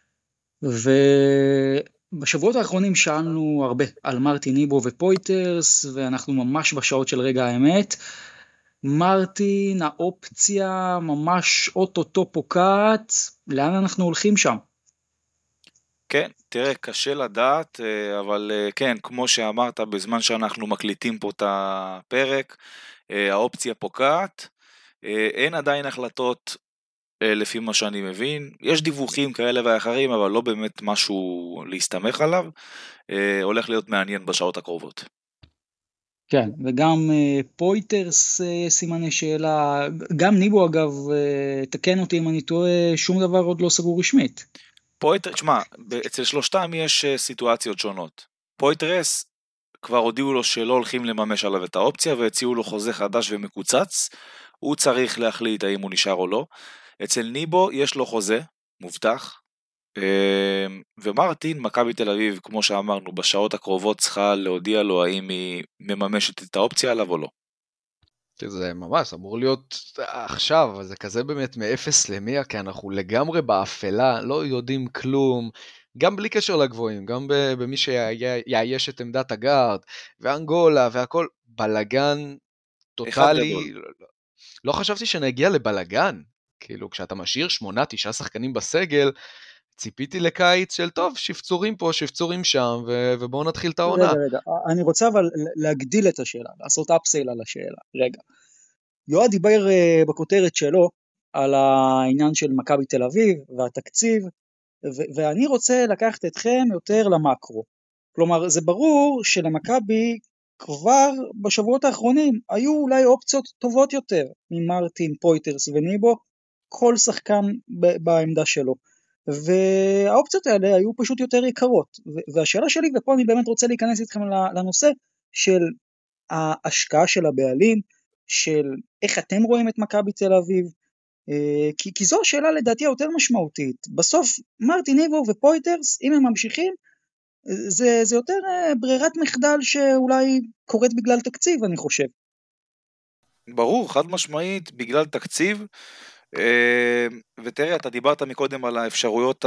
ובשבועות האחרונים שאלנו הרבה על מרטין ניבו ופויטרס, ואנחנו ממש בשעות של רגע האמת. מרטין, האופציה ממש אוטוטו פוקעת, לאן אנחנו הולכים שם? כן, תראה, קשה לדעת, אבל כן, כמו שאמרת, בזמן שאנחנו מקליטים פה את הפרק, האופציה פוקעת, אין עדיין החלטות לפי מה שאני מבין, יש דיווחים כאלה ואחרים, אבל לא באמת משהו להסתמך עליו, הולך להיות מעניין בשעות הקרובות. כן, וגם פויטרס סימני שאלה, גם ניבו אגב, תקן אותי אם אני טועה, שום דבר עוד לא סגור רשמית. פויטרס, תשמע, אצל שלושתם יש סיטואציות שונות. פויטרס, כבר הודיעו לו שלא הולכים לממש עליו את האופציה, והציעו לו חוזה חדש ומקוצץ, הוא צריך להחליט האם הוא נשאר או לא. אצל ניבו יש לו חוזה, מובטח, ומרטין, מכבי תל אביב, כמו שאמרנו, בשעות הקרובות צריכה להודיע לו האם היא מממשת את האופציה עליו או לא. זה ממש אמור להיות עכשיו, זה כזה באמת מאפס למאה, כי אנחנו לגמרי באפלה, לא יודעים כלום, גם בלי קשר לגבוהים, גם במי שיאייש את עמדת הגארד, ואנגולה והכל, בלגן טוטלי, לא, לא חשבתי שנגיע לבלגן, כאילו כשאתה משאיר שמונה, תשעה שחקנים בסגל, ציפיתי לקיץ של טוב, שפצורים פה, שפצורים שם, ו- ובואו נתחיל את העונה. רגע, רגע, אני רוצה אבל להגדיל את השאלה, לעשות אפסייל על השאלה, רגע. יועד דיבר uh, בכותרת שלו, על העניין של מכבי תל אביב, והתקציב, ו- ואני רוצה לקחת אתכם יותר למקרו. כלומר, זה ברור שלמכבי, כבר בשבועות האחרונים, היו אולי אופציות טובות יותר, ממרטין, פויטרס וניבו, כל שחקן ב- בעמדה שלו. והאופציות האלה היו פשוט יותר יקרות, והשאלה שלי, ופה אני באמת רוצה להיכנס איתכם לנושא של ההשקעה של הבעלים, של איך אתם רואים את מכבי תל אביב, כי, כי זו השאלה לדעתי היותר משמעותית. בסוף מרטין, ניבו ופויטרס, אם הם ממשיכים, זה, זה יותר ברירת מחדל שאולי קורית בגלל תקציב, אני חושב. ברור, חד משמעית, בגלל תקציב, ותראה, אתה דיברת מקודם על האפשרויות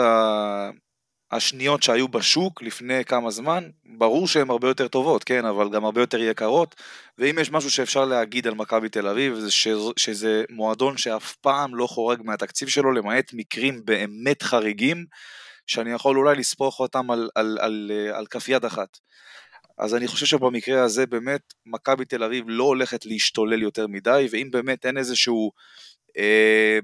השניות שהיו בשוק לפני כמה זמן, ברור שהן הרבה יותר טובות, כן, אבל גם הרבה יותר יקרות, ואם יש משהו שאפשר להגיד על מכבי תל אביב, זה שזה מועדון שאף פעם לא חורג מהתקציב שלו, למעט מקרים באמת חריגים, שאני יכול אולי לספוך אותם על, על, על, על כף יד אחת. אז אני חושב שבמקרה הזה באמת מכבי תל אביב לא הולכת להשתולל יותר מדי, ואם באמת אין איזשהו אה,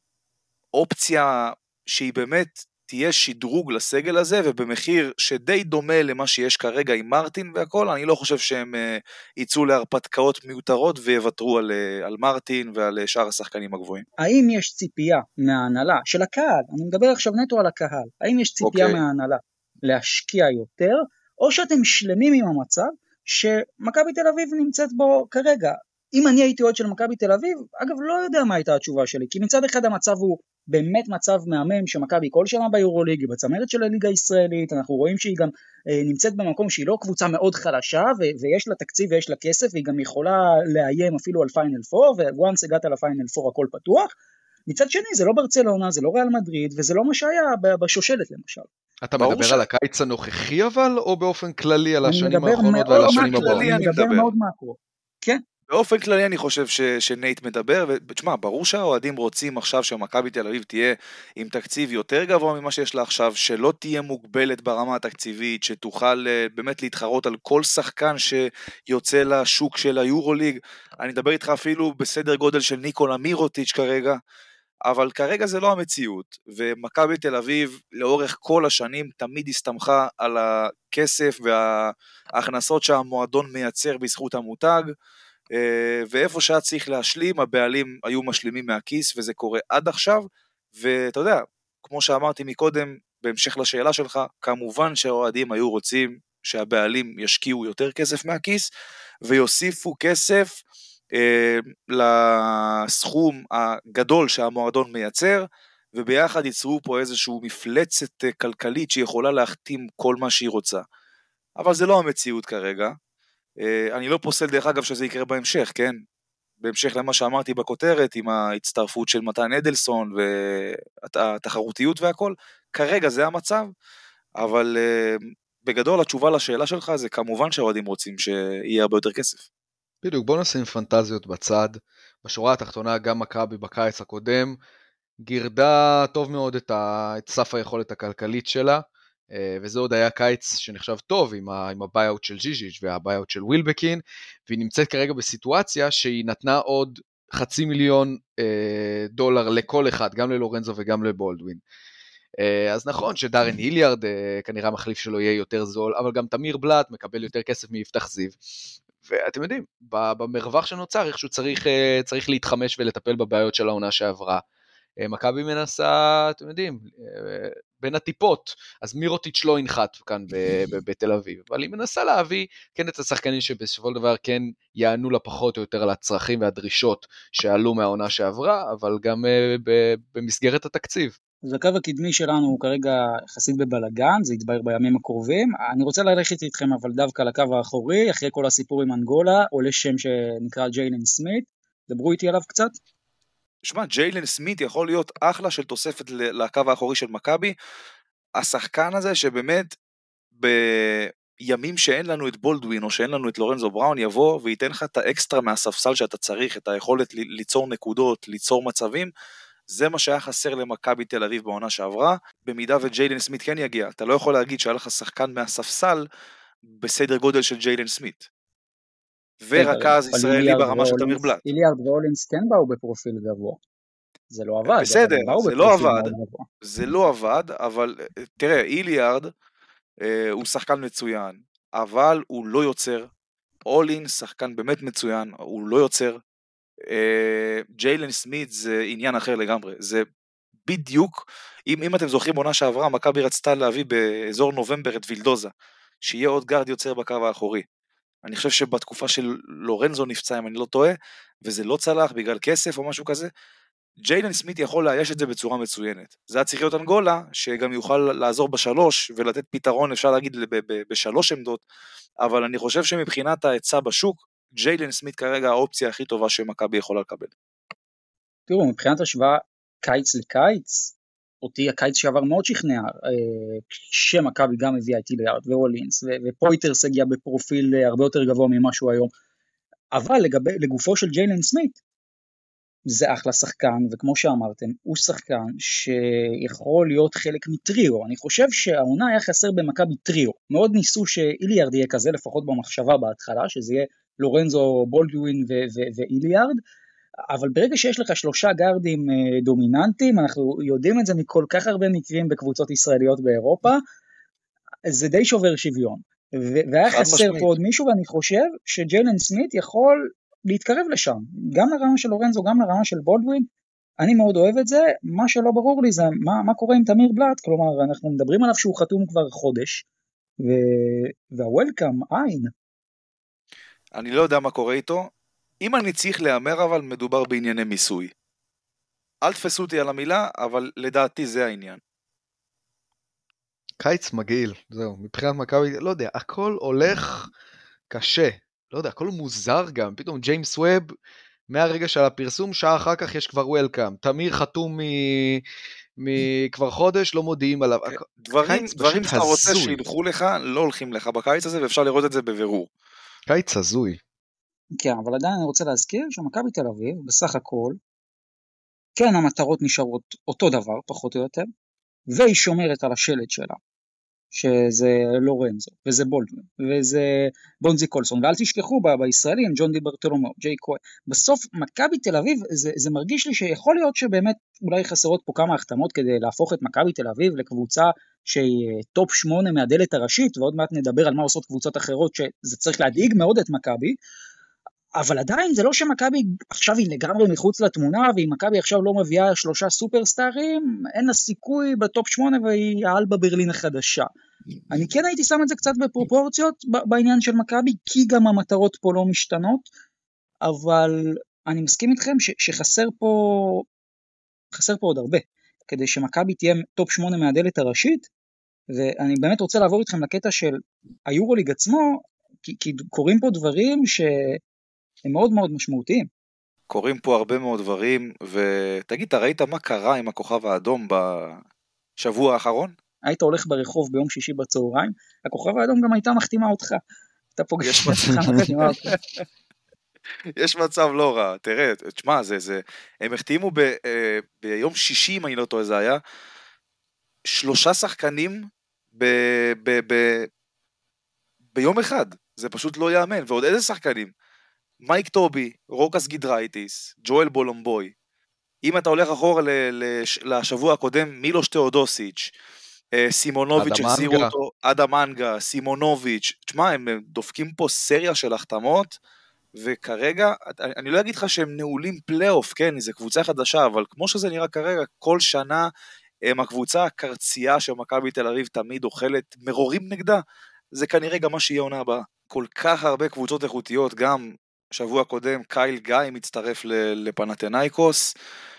אופציה שהיא באמת תהיה שדרוג לסגל הזה, ובמחיר שדי דומה למה שיש כרגע עם מרטין והכל, אני לא חושב שהם אה, ייצאו להרפתקאות מיותרות ויוותרו על, אה, על מרטין ועל אה, שאר השחקנים הגבוהים. האם יש ציפייה מההנהלה של הקהל, אני מדבר עכשיו נטו על הקהל, האם יש ציפייה okay. מההנהלה להשקיע יותר, או שאתם שלמים עם המצב שמכבי תל אביב נמצאת בו כרגע? אם אני הייתי עוד של מכבי תל אביב, אגב לא יודע מה הייתה התשובה שלי, כי מצד אחד המצב הוא באמת מצב מהמם שמכבי כל שנה ביורוליג, בצמרת של הליגה הישראלית, אנחנו רואים שהיא גם אה, נמצאת במקום שהיא לא קבוצה מאוד חלשה, ו- ויש לה תקציב ויש לה כסף, והיא גם יכולה לאיים אפילו על פיינל פור, וואנס הגעת לפיינל פור הכל פתוח. מצד שני זה לא ברצלונה, זה לא ריאל מדריד, וזה לא מה שהיה בשושלת למשל. אתה מדבר ש... על הקיץ הנוכחי אבל, או באופן כללי על השנים האחרונות ועל השנים הבאות? אני מדבר מאוד מקרו. כן. באופן כללי אני חושב ש, שנייט מדבר, ותשמע, ברור שהאוהדים רוצים עכשיו שמכבי תל אביב תהיה עם תקציב יותר גבוה ממה שיש לה עכשיו, שלא תהיה מוגבלת ברמה התקציבית, שתוכל באמת להתחרות על כל שחקן שיוצא לשוק של היורוליג. אני מדבר איתך אפילו בסדר גודל של ניקולה מירוטיץ' כרגע, אבל כרגע זה לא המציאות, ומכבי תל אביב לאורך כל השנים תמיד הסתמכה על הכסף וההכנסות שהמועדון מייצר בזכות המותג, ואיפה שהיה צריך להשלים, הבעלים היו משלימים מהכיס, וזה קורה עד עכשיו, ואתה יודע, כמו שאמרתי מקודם, בהמשך לשאלה שלך, כמובן שהאוהדים היו רוצים שהבעלים ישקיעו יותר כסף מהכיס, ויוסיפו כסף אה, לסכום הגדול שהמועדון מייצר, וביחד ייצרו פה איזשהו מפלצת כלכלית שיכולה להחתים כל מה שהיא רוצה. אבל זה לא המציאות כרגע. אני לא פוסל דרך אגב שזה יקרה בהמשך, כן? בהמשך למה שאמרתי בכותרת, עם ההצטרפות של מתן אדלסון והתחרותיות והכל, כרגע זה המצב, אבל בגדול התשובה לשאלה שלך זה כמובן שהאוהדים רוצים שיהיה הרבה יותר כסף. בדיוק, בוא נשים פנטזיות בצד. בשורה התחתונה גם מכבי בקיץ הקודם גירדה טוב מאוד את, ה... את סף היכולת הכלכלית שלה, וזה עוד היה קיץ שנחשב טוב עם, ה... עם הביי-אוט של ז'יז'יץ' והביי-אוט של ווילבקין, והיא נמצאת כרגע בסיטואציה שהיא נתנה עוד חצי מיליון אה, דולר לכל אחד, גם ללורנזו וגם לבולדווין. אה, אז נכון שדארן היליארד אה, כנראה המחליף שלו יהיה יותר זול, אבל גם תמיר בלאט מקבל יותר כסף מיפתח זיו. ואתם יודעים, במרווח שנוצר, איכשהו צריך, צריך להתחמש ולטפל בבעיות של העונה שעברה. מכבי מנסה, אתם יודעים, בין הטיפות, אז מירוטיץ' לא ינחת כאן בתל אביב, אבל היא מנסה להביא כן את השחקנים שבסופו של דבר כן יענו לה פחות או יותר על הצרכים והדרישות שעלו מהעונה שעברה, אבל גם במסגרת התקציב. אז הקו הקדמי שלנו הוא כרגע יחסית בבלגן, זה יתבהר בימים הקרובים. אני רוצה ללכת איתכם אבל דווקא לקו האחורי, אחרי כל הסיפור עם אנגולה, עולה שם שנקרא ג'יילן סמית, דברו איתי עליו קצת. שמע, ג'יילן סמית יכול להיות אחלה של תוספת לקו האחורי של מכבי, השחקן הזה שבאמת ב... ימים שאין לנו את בולדווין, או שאין לנו את לורנזו בראון, יבוא וייתן לך את האקסטרה מהספסל שאתה צריך, את היכולת ליצור נקודות, ליצור מצבים, זה מה שהיה חסר למכבי תל אביב בעונה שעברה, במידה וג'יילן סמית כן יגיע, אתה לא יכול להגיד שהיה לך שחקן מהספסל, בסדר גודל של ג'יילן סמית. ורכז ישראלי ברמה של תמיר בלאט. איליארד ואולינס כן באו בפרופיל גבוה. זה לא עבד. בסדר, זה לא עבד, זה לא עבד, אבל תראה, איליארד הוא שחקן מצוין, אבל הוא לא יוצר, אולינס שחקן באמת מצוין, הוא לא יוצר, ג'יילן סמית זה עניין אחר לגמרי, זה בדיוק, אם, אם אתם זוכרים עונה שעברה, מכבי רצתה להביא באזור נובמבר את וילדוזה, שיהיה עוד גארד יוצר בקו האחורי. אני חושב שבתקופה של לורנזו נפצע, אם אני לא טועה, וזה לא צלח בגלל כסף או משהו כזה, ג'יילן סמית יכול לאייש את זה בצורה מצוינת. זה היה צריך להיות אנגולה, שגם יוכל לעזור בשלוש, ולתת פתרון, אפשר להגיד, בשלוש עמדות, אבל אני חושב שמבחינת ההיצע בשוק, ג'יילן סמית כרגע האופציה הכי טובה שמכבי יכולה לקבל. תראו, מבחינת השוואה קיץ לקיץ, אותי הקיץ שעבר מאוד שכנע, שמכבי גם הביאה את איליארד ואולינס, ופויטרס הגיע בפרופיל הרבה יותר גבוה ממה שהוא היום, אבל לגבי, לגופו של ג'יילן סמית, זה אחלה שחקן, וכמו שאמרתם, הוא שחקן שיכול להיות חלק מטריו. אני חושב שהעונה היה חסר במכבי טריו. מאוד ניסו שאיליארד יהיה כזה, לפחות במחשבה בהתחלה, שזה יהיה לורנזו, בולדווין ואיליארד, אבל ברגע שיש לך שלושה גארדים דומיננטיים, אנחנו יודעים את זה מכל כך הרבה מקרים בקבוצות ישראליות באירופה, זה די שובר שוויון. והיה חסר פה עוד מישהו, ואני חושב שג'יילן סמית יכול להתקרב לשם, גם לרמה של לורנזו, גם לרמה של בולדווין. אני מאוד אוהב את זה. מה שלא ברור לי זה מה, מה קורה עם תמיר בלאט, כלומר אנחנו מדברים עליו שהוא חתום כבר חודש, ו... והוולקאם אין. אני לא יודע מה קורה איתו, אם אני צריך לאמר אבל מדובר בענייני מיסוי. אל תפסו אותי על המילה, אבל לדעתי זה העניין. קיץ מגעיל, זהו, מבחינת מכבי, לא יודע, הכל הולך קשה. לא יודע, הכל מוזר גם, פתאום ג'יימס ווב, מהרגע של הפרסום, שעה אחר כך יש כבר וולקאם, תמיר חתום מכבר חודש, לא מודיעים עליו. דברים שאתה רוצה שילכו לך, לא הולכים לך בקיץ הזה, ואפשר לראות את זה בבירור. קיץ הזוי. כן, אבל עדיין אני רוצה להזכיר שמכבי תל אביב, בסך הכל, כן, המטרות נשארות אותו דבר, פחות או יותר, והיא שומרת על השלט שלה. שזה לורנזו, וזה בולדווין, וזה בונזי קולסון, ואל תשכחו ב- בישראלים, ג'ון די ברטולומו, ג'יי קוי, בסוף מכבי תל אביב, זה, זה מרגיש לי שיכול להיות שבאמת אולי חסרות פה כמה החתמות, כדי להפוך את מכבי תל אביב לקבוצה שהיא טופ שמונה מהדלת הראשית, ועוד מעט נדבר על מה עושות קבוצות אחרות, שזה צריך להדאיג מאוד את מכבי, אבל עדיין זה לא שמכבי עכשיו היא לגמרי מחוץ לתמונה, ואם מכבי עכשיו לא מביאה שלושה סופרסטארים, אין לה סיכוי בטופ שמונה, והיא האלבה ברלין החדשה. אני כן הייתי שם את זה קצת בפרופורציות בעניין של מכבי, כי גם המטרות פה לא משתנות, אבל אני מסכים איתכם ש- שחסר פה, חסר פה עוד הרבה, כדי שמכבי תהיה טופ שמונה מהדלת הראשית, ואני באמת רוצה לעבור איתכם לקטע של היורוליג עצמו, כי, כי קורים פה דברים ש... הם מאוד מאוד משמעותיים. קוראים פה הרבה מאוד דברים, ותגיד, אתה ראית מה קרה עם הכוכב האדום בשבוע האחרון? היית הולך ברחוב ביום שישי בצהריים, הכוכב האדום גם הייתה מחתימה אותך. אתה פוגש אותך מחתימה אותך. יש מצב לא רע, תראה, תשמע, זה, זה, הם החתימו ב, אה, ביום שישי, אם אני לא טועה, זה היה, שלושה שחקנים ב, ב, ב, ביום אחד, זה פשוט לא יאמן, ועוד איזה שחקנים? מייק טובי, רוקס גידרייטיס, ג'ואל בולומבוי, אם אתה הולך אחורה לשבוע הקודם, מילוש תאודוסיץ', סימונוביץ' החזירו אותו, אדם מנגה, סימונוביץ', תשמע, הם דופקים פה סריה של החתמות, וכרגע, אני לא אגיד לך שהם נעולים פלייאוף, כן, זו קבוצה חדשה, אבל כמו שזה נראה כרגע, כל שנה הם הקבוצה הקרצייה שמכבי תל אביב תמיד אוכלת מרורים נגדה, זה כנראה גם מה שיהיה עונה הבאה. כל כך הרבה קבוצות איכותיות, גם שבוע קודם קייל גיא מצטרף לפנתנייקוס,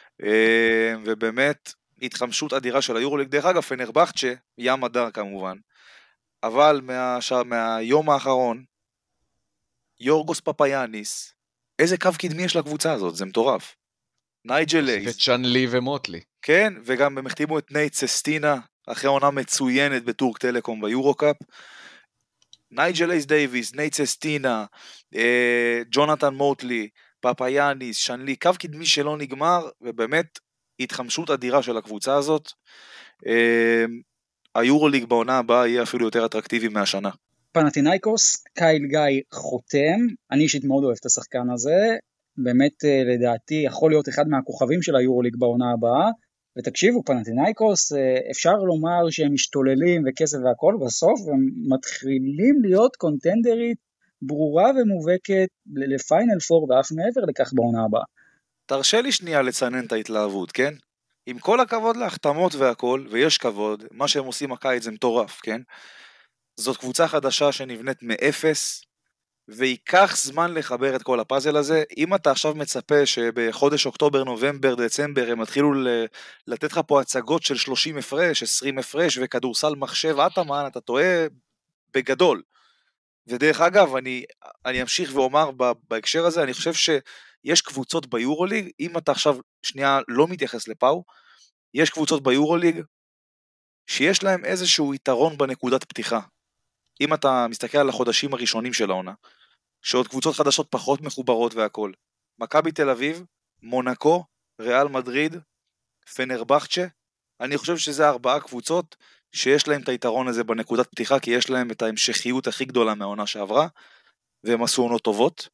ובאמת התחמשות אדירה של היורוליג, דרך אגב פנרבחצ'ה, ים הדר כמובן, אבל מה, מהיום האחרון, יורגוס פפאיאניס, איזה קו קדמי יש לקבוצה הזאת, זה מטורף. נייג'ל לייז. וצ'אן לי ומוטלי. כן, וגם הם החתימו את נייט ססטינה, אחרי עונה מצוינת בטורק טלקום ביורוקאפ. נייג'ל אייס דייביס, נייט ססטינה, אה, ג'ונתן מוטלי, פאפאיאניס, שנלי, קו קדמי שלא נגמר, ובאמת התחמשות אדירה של הקבוצה הזאת. אה, היורוליג בעונה הבאה יהיה אפילו יותר אטרקטיבי מהשנה. פנתינייקוס, קייל גיא חותם, אני אישית מאוד אוהב את השחקן הזה, באמת לדעתי יכול להיות אחד מהכוכבים של היורוליג בעונה הבאה, ותקשיבו, פנתינייקוס, אפשר לומר שהם משתוללים וכסף והכל, בסוף הם מתחילים להיות קונטנדרית ברורה ומובהקת לפיינל פור ואף מעבר לכך בעונה הבאה. תרשה לי שנייה לצנן את ההתלהבות, כן? עם כל הכבוד להחתמות והכל, ויש כבוד, מה שהם עושים הקיץ זה מטורף, כן? זאת קבוצה חדשה שנבנית מאפס, ויקח זמן לחבר את כל הפאזל הזה. אם אתה עכשיו מצפה שבחודש אוקטובר, נובמבר, דצמבר, הם התחילו לתת לך פה הצגות של שלושים הפרש, עשרים הפרש, וכדורסל מחשב, אתה מה, אתה טועה בגדול. ודרך אגב, אני, אני אמשיך ואומר בהקשר הזה, אני חושב שיש קבוצות ביורוליג, אם אתה עכשיו שנייה לא מתייחס לפאו, יש קבוצות ביורוליג, שיש להם איזשהו יתרון בנקודת פתיחה. אם אתה מסתכל על החודשים הראשונים של העונה, שעוד קבוצות חדשות פחות מחוברות והכל, מכבי תל אביב, מונקו, ריאל מדריד, פנרבחצ'ה, אני חושב שזה ארבעה קבוצות שיש להם את היתרון הזה בנקודת פתיחה, כי יש להם את ההמשכיות הכי גדולה מהעונה שעברה, והם עשו עונות טובות.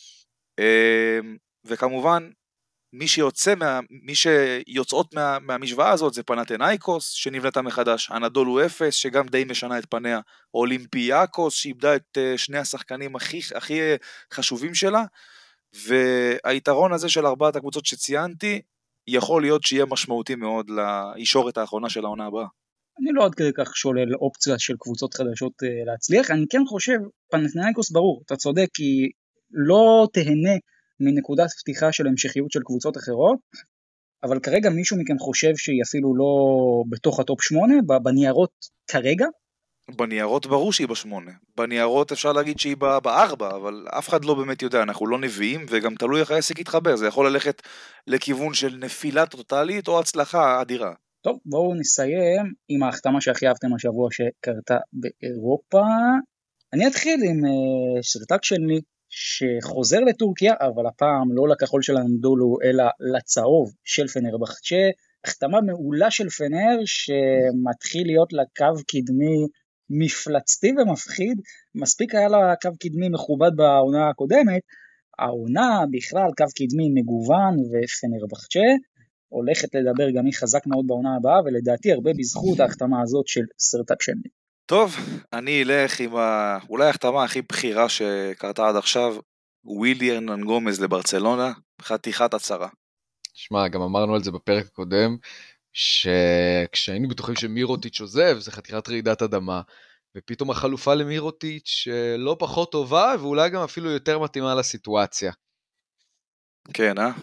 וכמובן, מי שיוצא מה, מי שיוצאות מה, מהמשוואה הזאת זה פנתינייקוס שנבנתה מחדש, אנדולו אפס שגם די משנה את פניה, אולימפיאקוס שאיבדה את שני השחקנים הכי, הכי חשובים שלה, והיתרון הזה של ארבעת הקבוצות שציינתי, יכול להיות שיהיה משמעותי מאוד לישורת האחרונה של העונה הבאה. אני לא עד כדי כך שולל אופציה של קבוצות חדשות להצליח, אני כן חושב, פנתינייקוס ברור, אתה צודק, כי לא תהנה מנקודת פתיחה של המשכיות של קבוצות אחרות, אבל כרגע מישהו מכם חושב שהיא אפילו לא בתוך הטופ שמונה, בניירות כרגע? בניירות ברור שהיא בשמונה, בניירות אפשר להגיד שהיא בארבע, אבל אף אחד לא באמת יודע, אנחנו לא נביאים, וגם תלוי איך העסק יתחבר, זה יכול ללכת לכיוון של נפילה טוטלית או הצלחה אדירה. טוב, בואו נסיים עם ההחתמה שהכי אהבתם השבוע שקרתה באירופה. אני אתחיל עם uh, שרטק שלי, שחוזר לטורקיה, אבל הפעם לא לכחול של אנדולו, אלא לצהוב של פנרבחצ'ה, החתמה מעולה של פנר, שמתחיל להיות לה קו קדמי מפלצתי ומפחיד, מספיק היה לה קו קדמי מכובד בעונה הקודמת, העונה בכלל קו קדמי מגוון, ופנרבחצ'ה הולכת לדבר גם היא חזק מאוד בעונה הבאה, ולדעתי הרבה בזכות ההחתמה הזאת של שרטק שלי. טוב, אני אלך עם ה... אולי ההחתמה הכי בחירה שקרתה עד עכשיו, ווילי הרנן גומז לברצלונה, חתיכת הצרה. שמע, גם אמרנו על זה בפרק הקודם, שכשהיינו בטוחים שמירוטיץ' עוזב, זה חתיכת רעידת אדמה, ופתאום החלופה למירוטיץ' לא פחות טובה, ואולי גם אפילו יותר מתאימה לסיטואציה. כן, אה?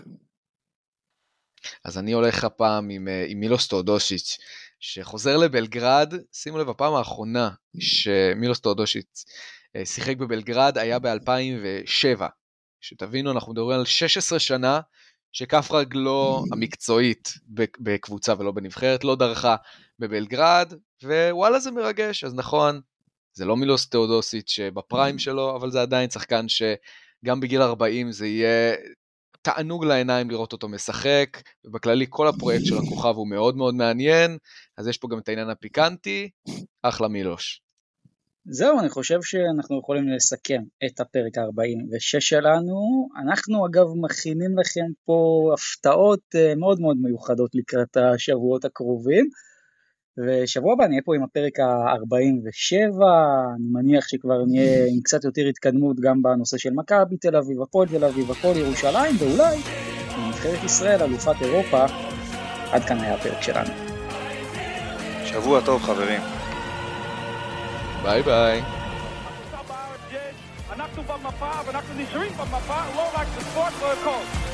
אז אני הולך הפעם עם, עם מילוס טאודושיץ', שחוזר לבלגרד. שימו לב, הפעם האחרונה שמילוס טאודושיץ' שיחק בבלגרד היה ב-אלפיים ושבע. שתבינו, אנחנו מדברים על שש עשרה שנה שכף רגלו המקצועית בקבוצה ולא בנבחרת, לא דרכה בבלגרד, ווואלה זה מרגש. אז נכון, זה לא מילוס טאודושיץ' בפריים שלו, אבל זה עדיין שחקן שגם בגיל ארבעים זה יהיה תענוג לעיניים לראות אותו משחק, ובכללי כל הפרויקט של הכוכב הוא מאוד מאוד מעניין, אז יש פה גם את העניין הפיקנטי, אחלה מילוש. זהו, אני חושב שאנחנו יכולים לסכם את הפרק ה-ארבעים ושש שלנו, אנחנו אגב מכינים לכם פה הפתעות מאוד מאוד מיוחדות לקראת השבועות הקרובים, ושבוע הבא נהיה פה עם הפרק ה-ארבעים ושבע, אני מניח שכבר נהיה עם קצת יותר התקדמות גם בנושא של מכבי תל אביב, הפועל תל אביב, הפועל ירושלים, ואולי נבחרת ישראל, אלופת אירופה. עד כאן היה הפרק שלנו. שבוע טוב חברים. ביי ביי. אנחנו במפה ואנחנו נשארים במפה, לא רק בספורט, לא הכל.